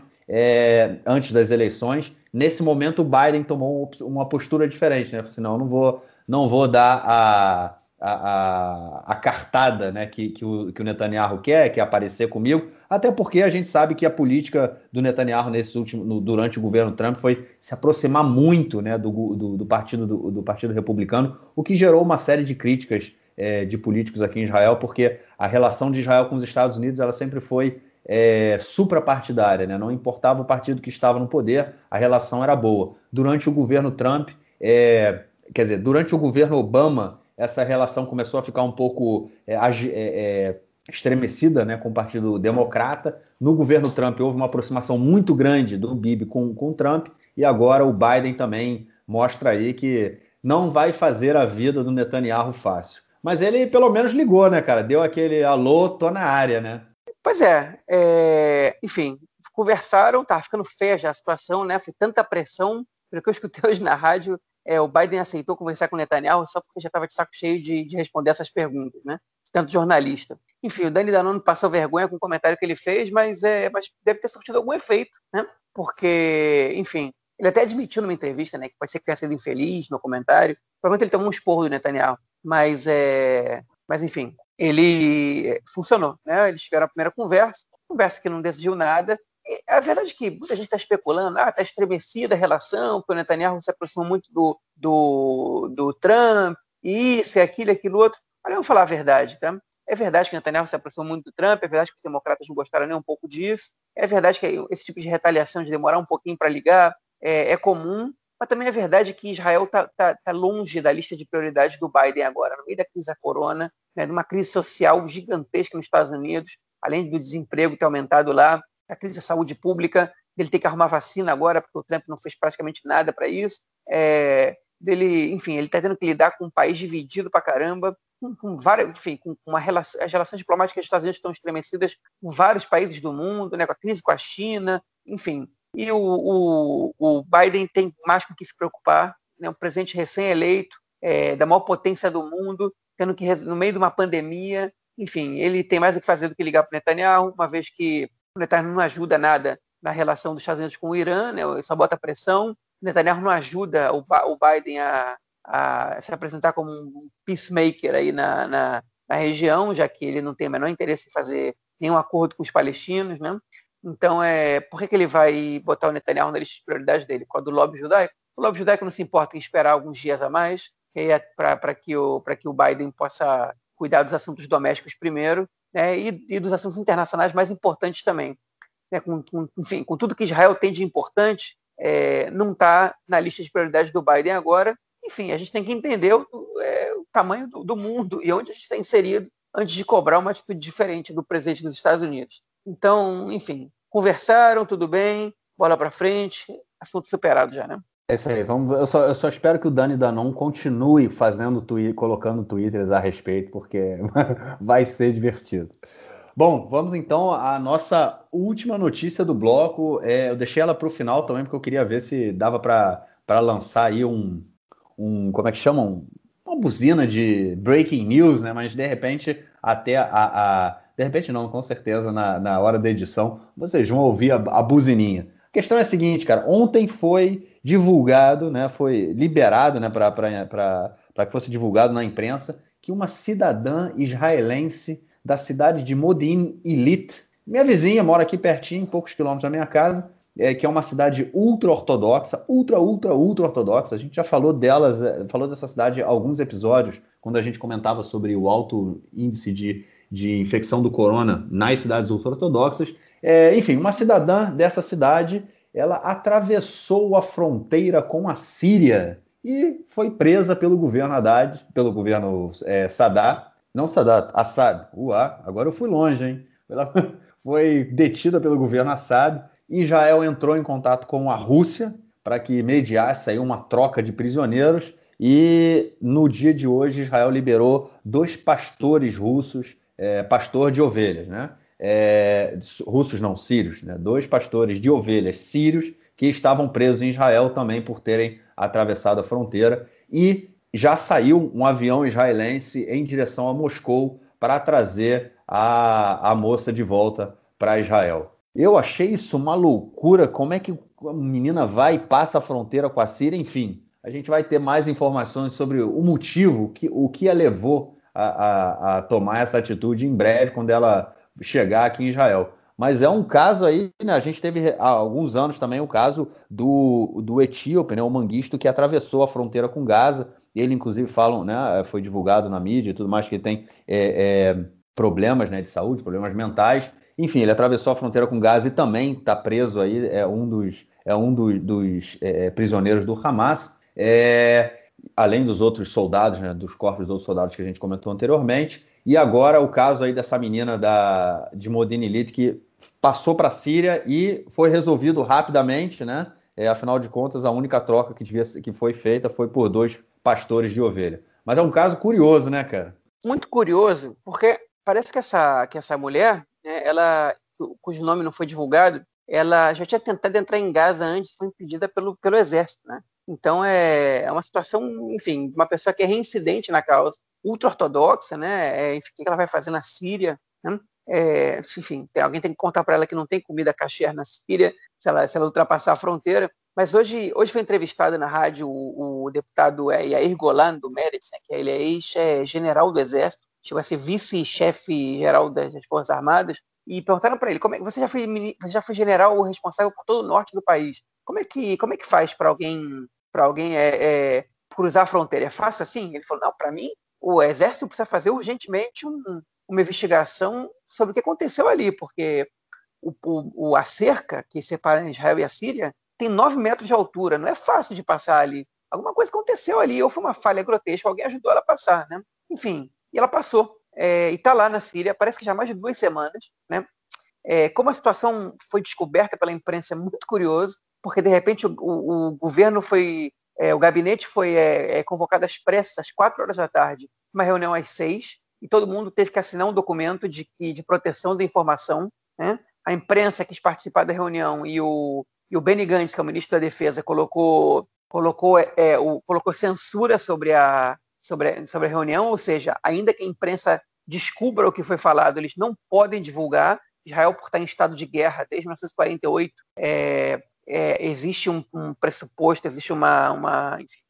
Speaker 1: é, antes das eleições, nesse momento o Biden tomou uma postura diferente, né? Falou assim, não, eu não vou, não vou dar a, a, a, a cartada, né, que, que, o, que o Netanyahu quer, que é aparecer comigo, até porque a gente sabe que a política do Netanyahu nesse último, no, durante o governo Trump foi se aproximar muito, né, do, do, do, partido, do, do Partido Republicano, o que gerou uma série de críticas é, de políticos aqui em Israel, porque a relação de Israel com os Estados Unidos ela sempre foi é, suprapartidária, né? Não importava o partido que estava no poder, a relação era boa. Durante o governo Trump, é, quer dizer, durante o governo Obama, essa relação começou a ficar um pouco é, é, estremecida, né, com o Partido Democrata. No governo Trump houve uma aproximação muito grande do Bibi com, com o Trump, e agora o Biden também mostra aí que não vai fazer a vida do Netanyahu fácil. Mas ele pelo menos ligou, né, cara? Deu aquele alô, tô na área, né?
Speaker 2: Pois é, é, enfim, conversaram, tá ficando feia já a situação, né? Foi tanta pressão, pelo que eu escutei hoje na rádio, é, o Biden aceitou conversar com o Netanyahu só porque já estava de saco cheio de, de responder essas perguntas, né? Tanto jornalista. Enfim, o Dani Danon passou vergonha com o comentário que ele fez, mas, é, mas deve ter surtido algum efeito, né? Porque, enfim, ele até admitiu numa entrevista, né, que pode ser que tenha sido infeliz no comentário. Provavelmente ele tomou um esporro do Netanyahu, mas, é, mas enfim, ele funcionou, né? Eles tiveram a primeira conversa, conversa que não decidiu nada. E a verdade é que muita gente está especulando, ah, está estremecida a relação, porque o Netanyahu se aproximou muito do, do, do Trump, isso, e aquilo, aquilo outro. Olha, vamos falar a verdade, tá? É verdade que o Netanyahu se aproximou muito do Trump, é verdade que os democratas não gostaram nem um pouco disso, É verdade que esse tipo de retaliação, de demorar um pouquinho para ligar, é, é comum, mas também é verdade que Israel está tá, tá longe da lista de prioridades do Biden agora, no meio da crise da corona, né, de uma crise social gigantesca nos Estados Unidos, além do desemprego ter aumentado lá, a crise da saúde pública, dele ter que arrumar vacina agora, porque o Trump não fez praticamente nada para isso, é, dele, enfim, ele está tendo que lidar com um país dividido para caramba, com, com várias, enfim, com uma relação, as relações diplomáticas dos Estados Unidos estão estremecidas com vários países do mundo, né, com a crise com a China, enfim. E o, o, o Biden tem mais com o que se preocupar, né, um presidente recém-eleito, é, da maior potência do mundo, tendo que, no meio de uma pandemia, enfim, ele tem mais o que fazer do que ligar para o Netanyahu, uma vez que o Netanyahu não ajuda nada na relação dos Estados Unidos com o Irã, né, só bota pressão. O Netanyahu não ajuda o, o Biden a, a se apresentar como um peacemaker aí na, na, na região, já que ele não tem o menor interesse em fazer nenhum acordo com os palestinos, né? Então, é, por que, que ele vai botar o Netanyahu na lista de prioridades dele? Por causa do lobby judaico? O lobby judaico não se importa em esperar alguns dias a mais para que, o, que o Biden possa cuidar dos assuntos domésticos primeiro, né, e, e dos assuntos internacionais mais importantes também. Né, com, com, enfim, com tudo que Israel tem de importante, é, não está na lista de prioridades do Biden agora. Enfim, a gente tem que entender o, é, o tamanho do, do mundo e onde a gente está inserido antes de cobrar uma atitude diferente do presidente dos Estados Unidos. Então, enfim, conversaram, tudo bem, bola para frente, assunto superado já, né?
Speaker 1: É isso aí. Vamos, eu, só, eu só espero que o Dani Danon continue fazendo tweet, colocando twitters a respeito, porque vai ser divertido. Bom, vamos então à nossa última notícia do bloco. É, eu deixei ela para o final também, porque eu queria ver se dava para lançar aí um, um, como é que chamam? Uma buzina de breaking news, né? Mas de repente, até a. a de repente não, com certeza, na, na hora da edição, vocês vão ouvir a, a buzininha. A questão é a seguinte, cara, ontem foi divulgado, né, foi liberado, né, para que fosse divulgado na imprensa, que uma cidadã israelense da cidade de Modi'in Illit, minha vizinha, mora aqui pertinho, poucos quilômetros da minha casa, é, que é uma cidade ultra-ortodoxa, ultra, ultra, ultra-ortodoxa. A gente já falou delas, falou dessa cidade em alguns episódios, quando a gente comentava sobre o alto índice de, de infecção do corona nas cidades ultra-ortodoxas. É, enfim, uma cidadã dessa cidade, ela atravessou a fronteira com a Síria e foi presa pelo governo Haddad, pelo governo é, Sadat, não Sadat, Assad, uá, agora eu fui longe, hein? Ela foi detida pelo governo Assad. Israel entrou em contato com a Rússia para que mediasse aí uma troca de prisioneiros e no dia de hoje Israel liberou dois pastores russos, é, pastor de ovelhas, né? É, russos não, sírios, né? Dois pastores de ovelhas sírios que estavam presos em Israel também por terem atravessado a fronteira, e já saiu um avião israelense em direção a Moscou para trazer a, a moça de volta para Israel. Eu achei isso uma loucura. Como é que a menina vai e passa a fronteira com a Síria? Enfim, a gente vai ter mais informações sobre o motivo, que, o que a levou a, a, a tomar essa atitude em breve, quando ela chegar aqui em Israel. Mas é um caso aí, né? A gente teve há alguns anos também o caso do, do etíope, né, o Mengistu, que atravessou a fronteira com Gaza. Ele, inclusive, falam, né, foi divulgado na mídia e tudo mais, que ele tem é, é, problemas, né, de saúde, problemas mentais. Enfim, ele atravessou a fronteira com Gaza e também está preso aí, é um dos, é um dos, dos é, prisioneiros do Hamas, é, além dos outros soldados, né, dos corpos dos outros soldados que a gente comentou anteriormente. E agora o caso aí dessa menina da, de Modi'in Illit, que passou para a Síria e foi resolvido rapidamente, né? É, afinal de contas, a única troca que, devia, que foi feita foi por dois pastores de ovelha. Mas é um caso curioso, né, cara?
Speaker 2: Muito curioso, porque parece que essa, que essa mulher, né, ela, cujo nome não foi divulgado, ela já tinha tentado entrar em Gaza antes, foi impedida pelo, pelo exército, né? Então é, é uma situação, enfim, de uma pessoa que é reincidente na causa, ultra-ortodoxa, né? É, enfim, o que ela vai fazer na Síria, né? É, enfim, tem, alguém tem que contar para ela que não tem comida kasher na Síria, se ela, se ela ultrapassar a fronteira. Mas hoje, hoje foi entrevistado na rádio o, o deputado é, Yair Golan, do Meretz, né, que ele é ex-general do Exército, chegou a ser vice-chefe-geral das Forças Armadas, e perguntaram para ele, como é, você, já foi, você já foi general responsável por todo o norte do país, como é que, como é que faz para alguém, pra alguém é, é, cruzar a fronteira? É fácil assim? Ele falou, não, para mim, o Exército precisa fazer urgentemente um, uma investigação sobre o que aconteceu ali, porque o, o, a cerca que separa Israel e a Síria tem nove metros de altura, não é fácil de passar ali. Alguma coisa aconteceu ali, ou foi uma falha grotesca, alguém ajudou ela a passar, né? Enfim, e ela passou. É, e está lá na Síria, parece que já há mais de duas semanas, né? É, como a situação foi descoberta pela imprensa, é muito curioso, porque de repente o, o, o governo foi, é, o gabinete foi é, é, convocado às pressas, às quatro horas da tarde, uma reunião às seis, e todo mundo teve que assinar um documento de, de proteção da informação, né? A imprensa quis participar da reunião e o, e o Benny Gantz, que é o ministro da Defesa, colocou, colocou, é, o, colocou censura sobre a, sobre, sobre a reunião, ou seja, ainda que a imprensa descubra o que foi falado, eles não podem divulgar. Israel, por estar em estado de guerra desde mil novecentos e quarenta e oito, é, é, existe um, um pressuposto, existe uma, uma, enfim,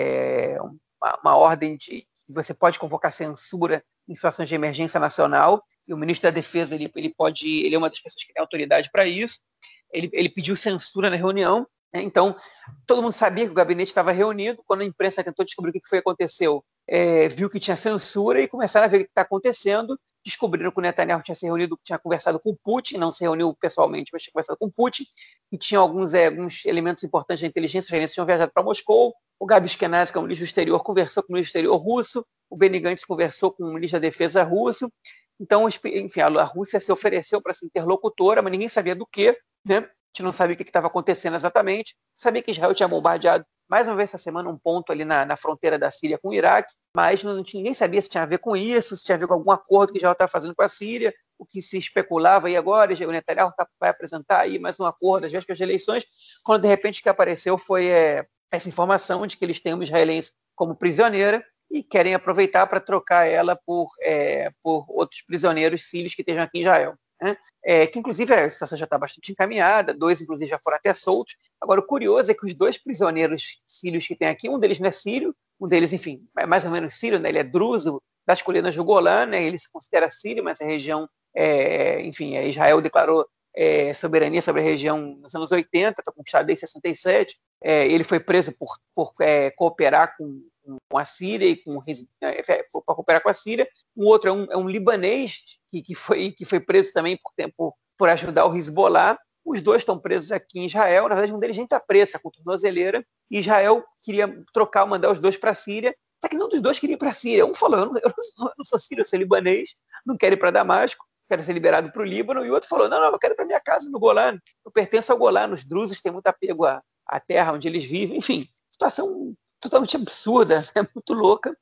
Speaker 2: é, uma, uma ordem de que você pode convocar censura em situações de emergência nacional, e o ministro da Defesa ele, ele, pode, ele é uma das pessoas que tem autoridade para isso, ele, ele pediu censura na reunião, né? Então, todo mundo sabia que o gabinete estava reunido, quando a imprensa tentou descobrir o que foi que aconteceu, é, viu que tinha censura e começaram a ver o que está acontecendo, descobriram que o Netanyahu tinha se reunido, tinha conversado com o Putin, não se reuniu pessoalmente, mas tinha conversado com o Putin, e tinha alguns, é, alguns elementos importantes da inteligência israelense tinham viajado para Moscou, o Gabi Ashkenazi, que é o ministro do exterior, conversou com o ministro do exterior russo, o Benny Gantz conversou com o ministro da defesa russo, então, enfim, a Rússia se ofereceu para ser interlocutora, mas ninguém sabia do que, né? A gente não sabia o que estava acontecendo exatamente, sabia que Israel tinha bombardeado mais uma vez essa semana um ponto ali na, na fronteira da Síria com o Iraque, mas não, ninguém sabia se tinha a ver com isso, se tinha a ver com algum acordo que Israel estava fazendo com a Síria, o que se especulava aí agora, o Netanyahu tá, vai apresentar aí mais um acordo às vésperas de eleições, quando de repente o que apareceu foi é, essa informação de que eles têm uma israelense como prisioneira e querem aproveitar para trocar ela por, é, por outros prisioneiros sírios que estejam aqui em Israel. Né? É, que inclusive a situação já está bastante encaminhada, dois inclusive já foram até soltos. Agora o curioso é que os dois prisioneiros sírios que tem aqui, um deles não é sírio, um deles, enfim, é mais ou menos sírio, né? Ele é druso das colinas do Golã, né? Ele se considera sírio, mas a região, é, enfim, Israel declarou é, soberania sobre a região nos anos oitenta, foi conquistada desde sessenta e sete. É, ele foi preso por, por é, cooperar com, com a Síria e com é, para cooperar com a Síria. Um outro é um, é um libanês que, que, foi, que foi preso também por tempo por ajudar o Hezbollah. Os dois estão presos aqui em Israel. Na verdade, um deles nem está preso, está com tornozeleira. E Israel queria trocar, mandar os dois para a Síria. Só que nenhum dos dois queria ir para a Síria. Um falou: eu não, eu não sou sírio, eu sou libanês, não quero ir para Damasco, quero ser liberado para o Líbano. E o outro falou: não, não, eu quero ir para minha casa no Golã. Eu pertenço ao Golã. Os drusos têm muito apego à, à terra onde eles vivem. Enfim, situação totalmente absurda, né? Muito louca.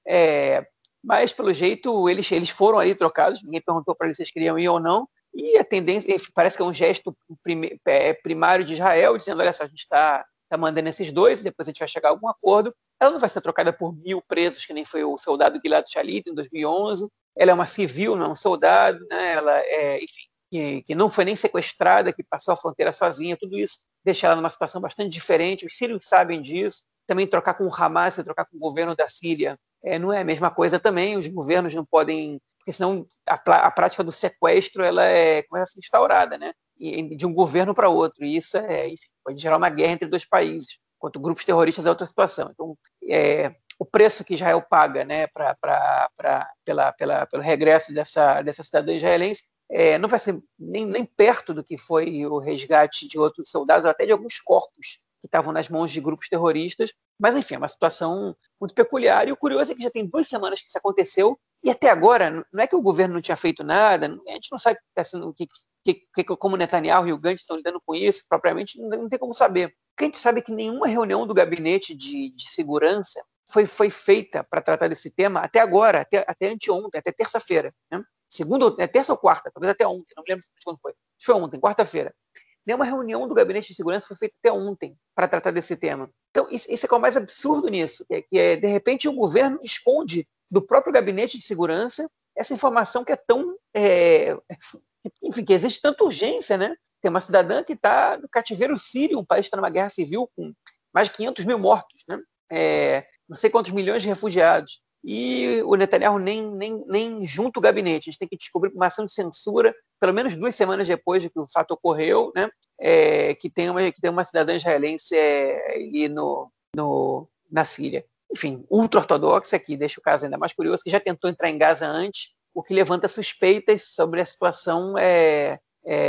Speaker 2: É, mas, pelo jeito, eles, eles foram ali trocados. Ninguém perguntou para eles se eles queriam ir ou não. E a tendência, parece que é um gesto primário de Israel, dizendo: olha só, a gente está tá mandando esses dois, depois a gente vai chegar a algum acordo. Ela não vai ser trocada por mil presos, que nem foi o soldado Gilad Shalit em dois mil e onze. Ela é uma civil, não é um soldado, né? Ela é, enfim, que, que não foi nem sequestrada, que passou a fronteira sozinha. Tudo isso deixa ela numa situação bastante diferente. Os sírios sabem disso. Também trocar com o Hamas, trocar com o governo da Síria, é, não é a mesma coisa também. Os governos não podem, porque senão a, a prática do sequestro ela é, começa a ser instaurada, né? E, de um governo para outro. E isso é, enfim, pode gerar uma guerra entre dois países. Quanto grupos terroristas é outra situação. Então, é, o preço que Israel paga, né, pra, pra, pra, pela, pela, pelo regresso dessa, dessa cidadã israelense é, não vai ser nem, nem perto do que foi o resgate de outros soldados, ou até de alguns corpos que estavam nas mãos de grupos terroristas. Mas, enfim, é uma situação muito peculiar. E o curioso é que já tem duas semanas que isso aconteceu, e até agora, não é que o governo não tinha feito nada, a gente não sabe o que, que, que, como Netanyahu e o Gantz estão lidando com isso, propriamente, não, não tem como saber. Porque a gente sabe que nenhuma reunião do gabinete de, de segurança foi, foi feita para tratar desse tema até agora, até, até anteontem, até terça-feira. Né? Segunda, é terça ou quarta, talvez até ontem, não me lembro quando foi. Foi ontem, quarta-feira. Nenhuma reunião do gabinete de segurança foi feita até ontem para tratar desse tema. Então, isso, isso é que é o mais absurdo nisso, que é, que é, de repente, o governo esconde do próprio gabinete de segurança essa informação que é tão... É, enfim, que existe tanta urgência, né? Tem uma cidadã que está no cativeiro sírio, um país que está numa guerra civil com mais de quinhentos mil mortos, né? É, não sei quantos milhões de refugiados. E o Netanyahu nem, nem, nem junta o gabinete. A gente tem que descobrir uma ação de censura, pelo menos duas semanas depois de que o fato ocorreu, né? É, que, tem uma, que tem uma cidadã israelense é, ali no, no, na Síria. Enfim, ultra-ortodoxa, que deixa o caso ainda mais curioso, que já tentou entrar em Gaza antes, o que levanta suspeitas sobre a situação é, é,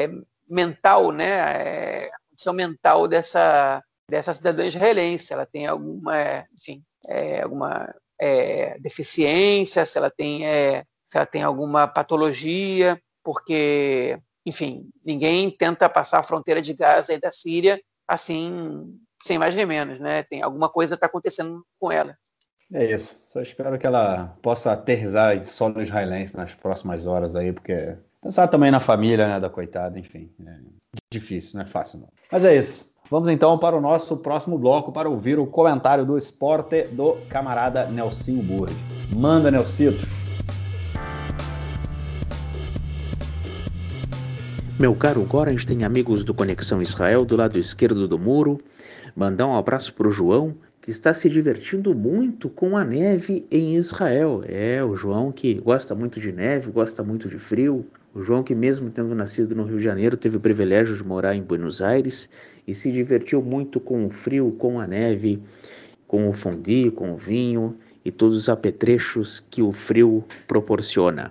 Speaker 2: mental, né, é, a condição mental dessa, dessa cidadã israelense, se ela tem alguma, enfim, é, alguma é, deficiência, se ela tem, é, se ela tem alguma patologia, porque, enfim, ninguém tenta passar a fronteira de Gaza e da Síria assim, sem mais nem menos, né? Tem alguma coisa está acontecendo com ela.
Speaker 1: É isso. Só espero que ela possa aterrissar solo israelense nas próximas horas aí, porque pensar também na família, né, da coitada, enfim. É difícil, não é fácil não. Mas é isso. Vamos então para o nosso próximo bloco para ouvir o comentário do esporte do camarada Nelsinho Burri. Manda, Nelcito.
Speaker 3: Meu caro Gora, a gente tem amigos do Conexão Israel do lado esquerdo do muro. Mandar um abraço para o João, que está se divertindo muito com a neve em Israel. É, o João que gosta muito de neve, gosta muito de frio. O João que mesmo tendo nascido no Rio de Janeiro, teve o privilégio de morar em Buenos Aires e se divertiu muito com o frio, com a neve, com o fondue, com o vinho e todos os apetrechos que o frio proporciona.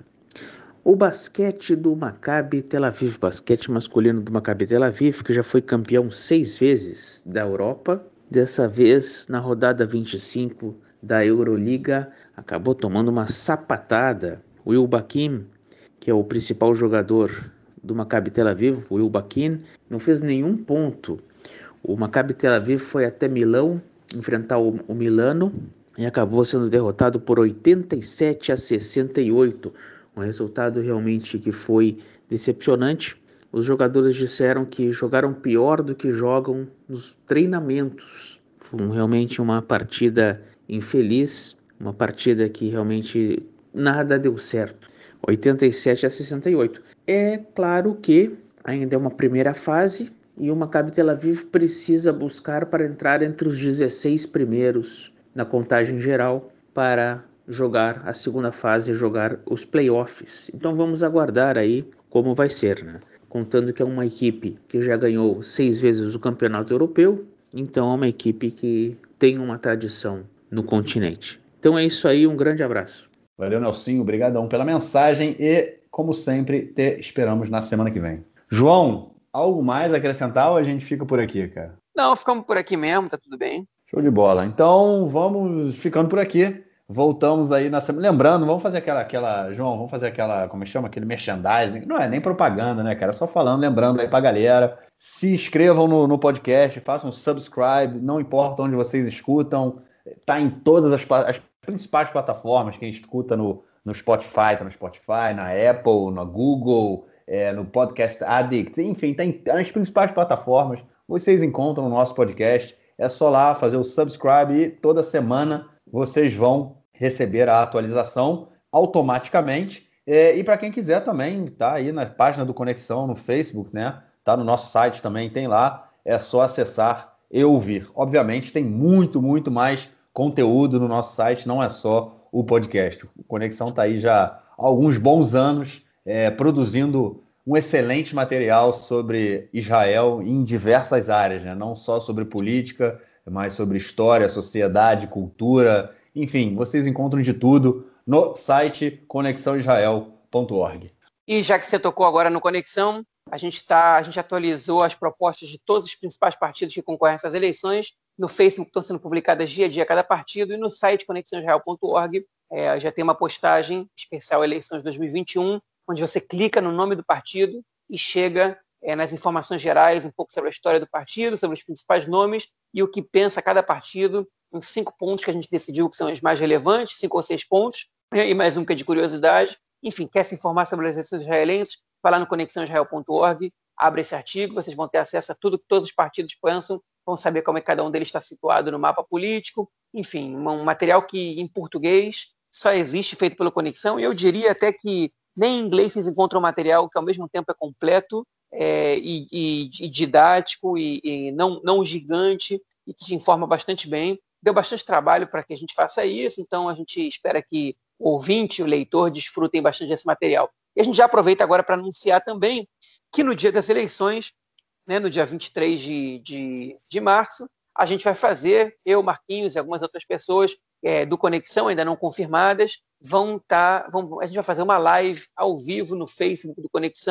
Speaker 3: O basquete do Maccabi Tel Aviv, basquete masculino do Maccabi Tel Aviv, que já foi campeão seis vezes da Europa, dessa vez na rodada vinte e cinco da Euroliga, acabou tomando uma sapatada. O Will Bakim, que é o principal jogador do Maccabi Tel Aviv, o Will Bakim, não fez nenhum ponto. O Maccabi Tel Aviv foi até Milão enfrentar o, o Milano e acabou sendo derrotado por oitenta e sete a sessenta e oito. Um resultado realmente que foi decepcionante. Os jogadores disseram que jogaram pior do que jogam nos treinamentos. Foi realmente uma partida infeliz, uma partida que realmente nada deu certo. oitenta e sete a sessenta e oito. É claro que ainda é uma primeira fase e o Maccabi Tel Aviv precisa buscar para entrar entre os dezesseis primeiros na contagem geral para jogar a segunda fase, jogar os playoffs. Então vamos aguardar aí como vai ser, né? Contando que é uma equipe que já ganhou seis vezes o campeonato europeu, então é uma equipe que tem uma tradição no continente. Então é isso aí, um grande abraço.
Speaker 1: Valeu, Nelsinho, obrigadão pela mensagem e, como sempre, te esperamos na semana que vem. João, algo mais a acrescentar ou a gente fica por aqui, cara?
Speaker 2: Não, ficamos por aqui mesmo, tá tudo bem.
Speaker 1: Show de bola. Então vamos ficando por aqui. Voltamos aí na semana. Lembrando, vamos fazer aquela, aquela. João, vamos fazer aquela. Como é que chama? Aquele merchandising. Não é nem propaganda, né, cara? Só falando, lembrando aí pra galera. Se inscrevam no, no podcast, façam subscribe, não importa onde vocês escutam. Tá em todas as, as principais plataformas. Quem escuta no, no Spotify, tá no Spotify, na Apple, na Google, é, no Podcast Addict. Enfim, tá em, nas principais plataformas. Vocês encontram o nosso podcast. É só lá fazer o subscribe e toda semana vocês vão receber a atualização automaticamente. É, e para quem quiser também, tá aí na página do Conexão no Facebook, né? Tá no nosso site também, tem lá. É só acessar e ouvir. Obviamente tem muito, muito mais conteúdo no nosso site, não é só o podcast. O Conexão tá aí já há alguns bons anos é, produzindo um excelente material sobre Israel em diversas áreas, né? Não só sobre política, mas sobre história, sociedade, cultura, enfim, vocês encontram de tudo no site conexão israel ponto org.
Speaker 2: E já que você tocou agora no Conexão, a gente, tá, a gente atualizou as propostas de todos os principais partidos que concorrem a essas eleições. No Facebook estão sendo publicadas dia a dia cada partido e no site conexão israel ponto org é, já tem uma postagem especial Eleições dois mil e vinte e um, onde você clica no nome do partido e chega é, nas informações gerais, um pouco sobre a história do partido, sobre os principais nomes e o que pensa cada partido, em cinco pontos que a gente decidiu que são os mais relevantes, cinco ou seis pontos, e mais um que é de curiosidade. Enfim, quer se informar sobre as eleições israelenses, vai lá no conexão israel ponto org, abre esse artigo, vocês vão ter acesso a tudo que todos os partidos pensam, vão saber como é que cada um deles está situado no mapa político, enfim, um material que em português só existe feito pelo Conexão, e eu diria até que nem em inglês vocês encontram um material que ao mesmo tempo é completo é, e, e, e didático e, e não, não gigante e que te informa bastante bem. Deu bastante trabalho para que a gente faça isso, então a gente espera que o ouvinte e o leitor desfrutem bastante desse material. E a gente já aproveita agora para anunciar também que no dia das eleições, né, no dia vinte e três de, de, de março, a gente vai fazer, eu, Marquinhos e algumas outras pessoas é, do Conexão, ainda não confirmadas, vão estar, tá, vão, a gente vai fazer uma live ao vivo no Facebook do Conexão,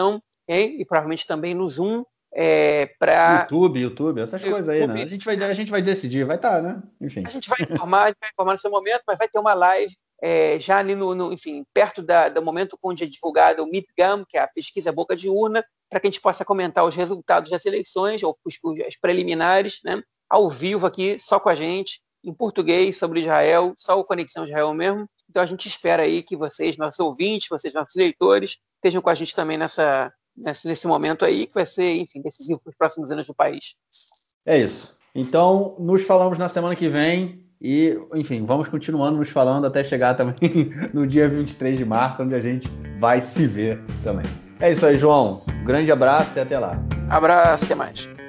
Speaker 2: okay? E provavelmente também no Zoom. É, para
Speaker 1: YouTube, YouTube, essas YouTube, coisas aí, né? A gente, vai, a gente vai decidir, vai estar, tá, né? Enfim.
Speaker 2: A gente vai informar, a gente vai informar nesse momento, mas vai ter uma live é, já ali no, no, enfim, perto da, do momento onde é divulgado o Midgam, que é a pesquisa boca de urna, para que a gente possa comentar os resultados das eleições, ou os, os preliminares, né? Ao vivo aqui, só com a gente, em português, sobre Israel, só o Conexão Israel mesmo. Então a gente espera aí que vocês, nossos ouvintes, vocês, nossos leitores, estejam com a gente também nessa... Nesse, nesse momento aí, que vai ser, enfim, decisivo para os próximos anos do país.
Speaker 1: É isso. Então, nos falamos na semana que vem e, enfim, vamos continuando nos falando até chegar também no dia vinte e três de março, onde a gente vai se ver também. É isso aí, João. Um grande abraço e até lá.
Speaker 2: Abraço, até mais.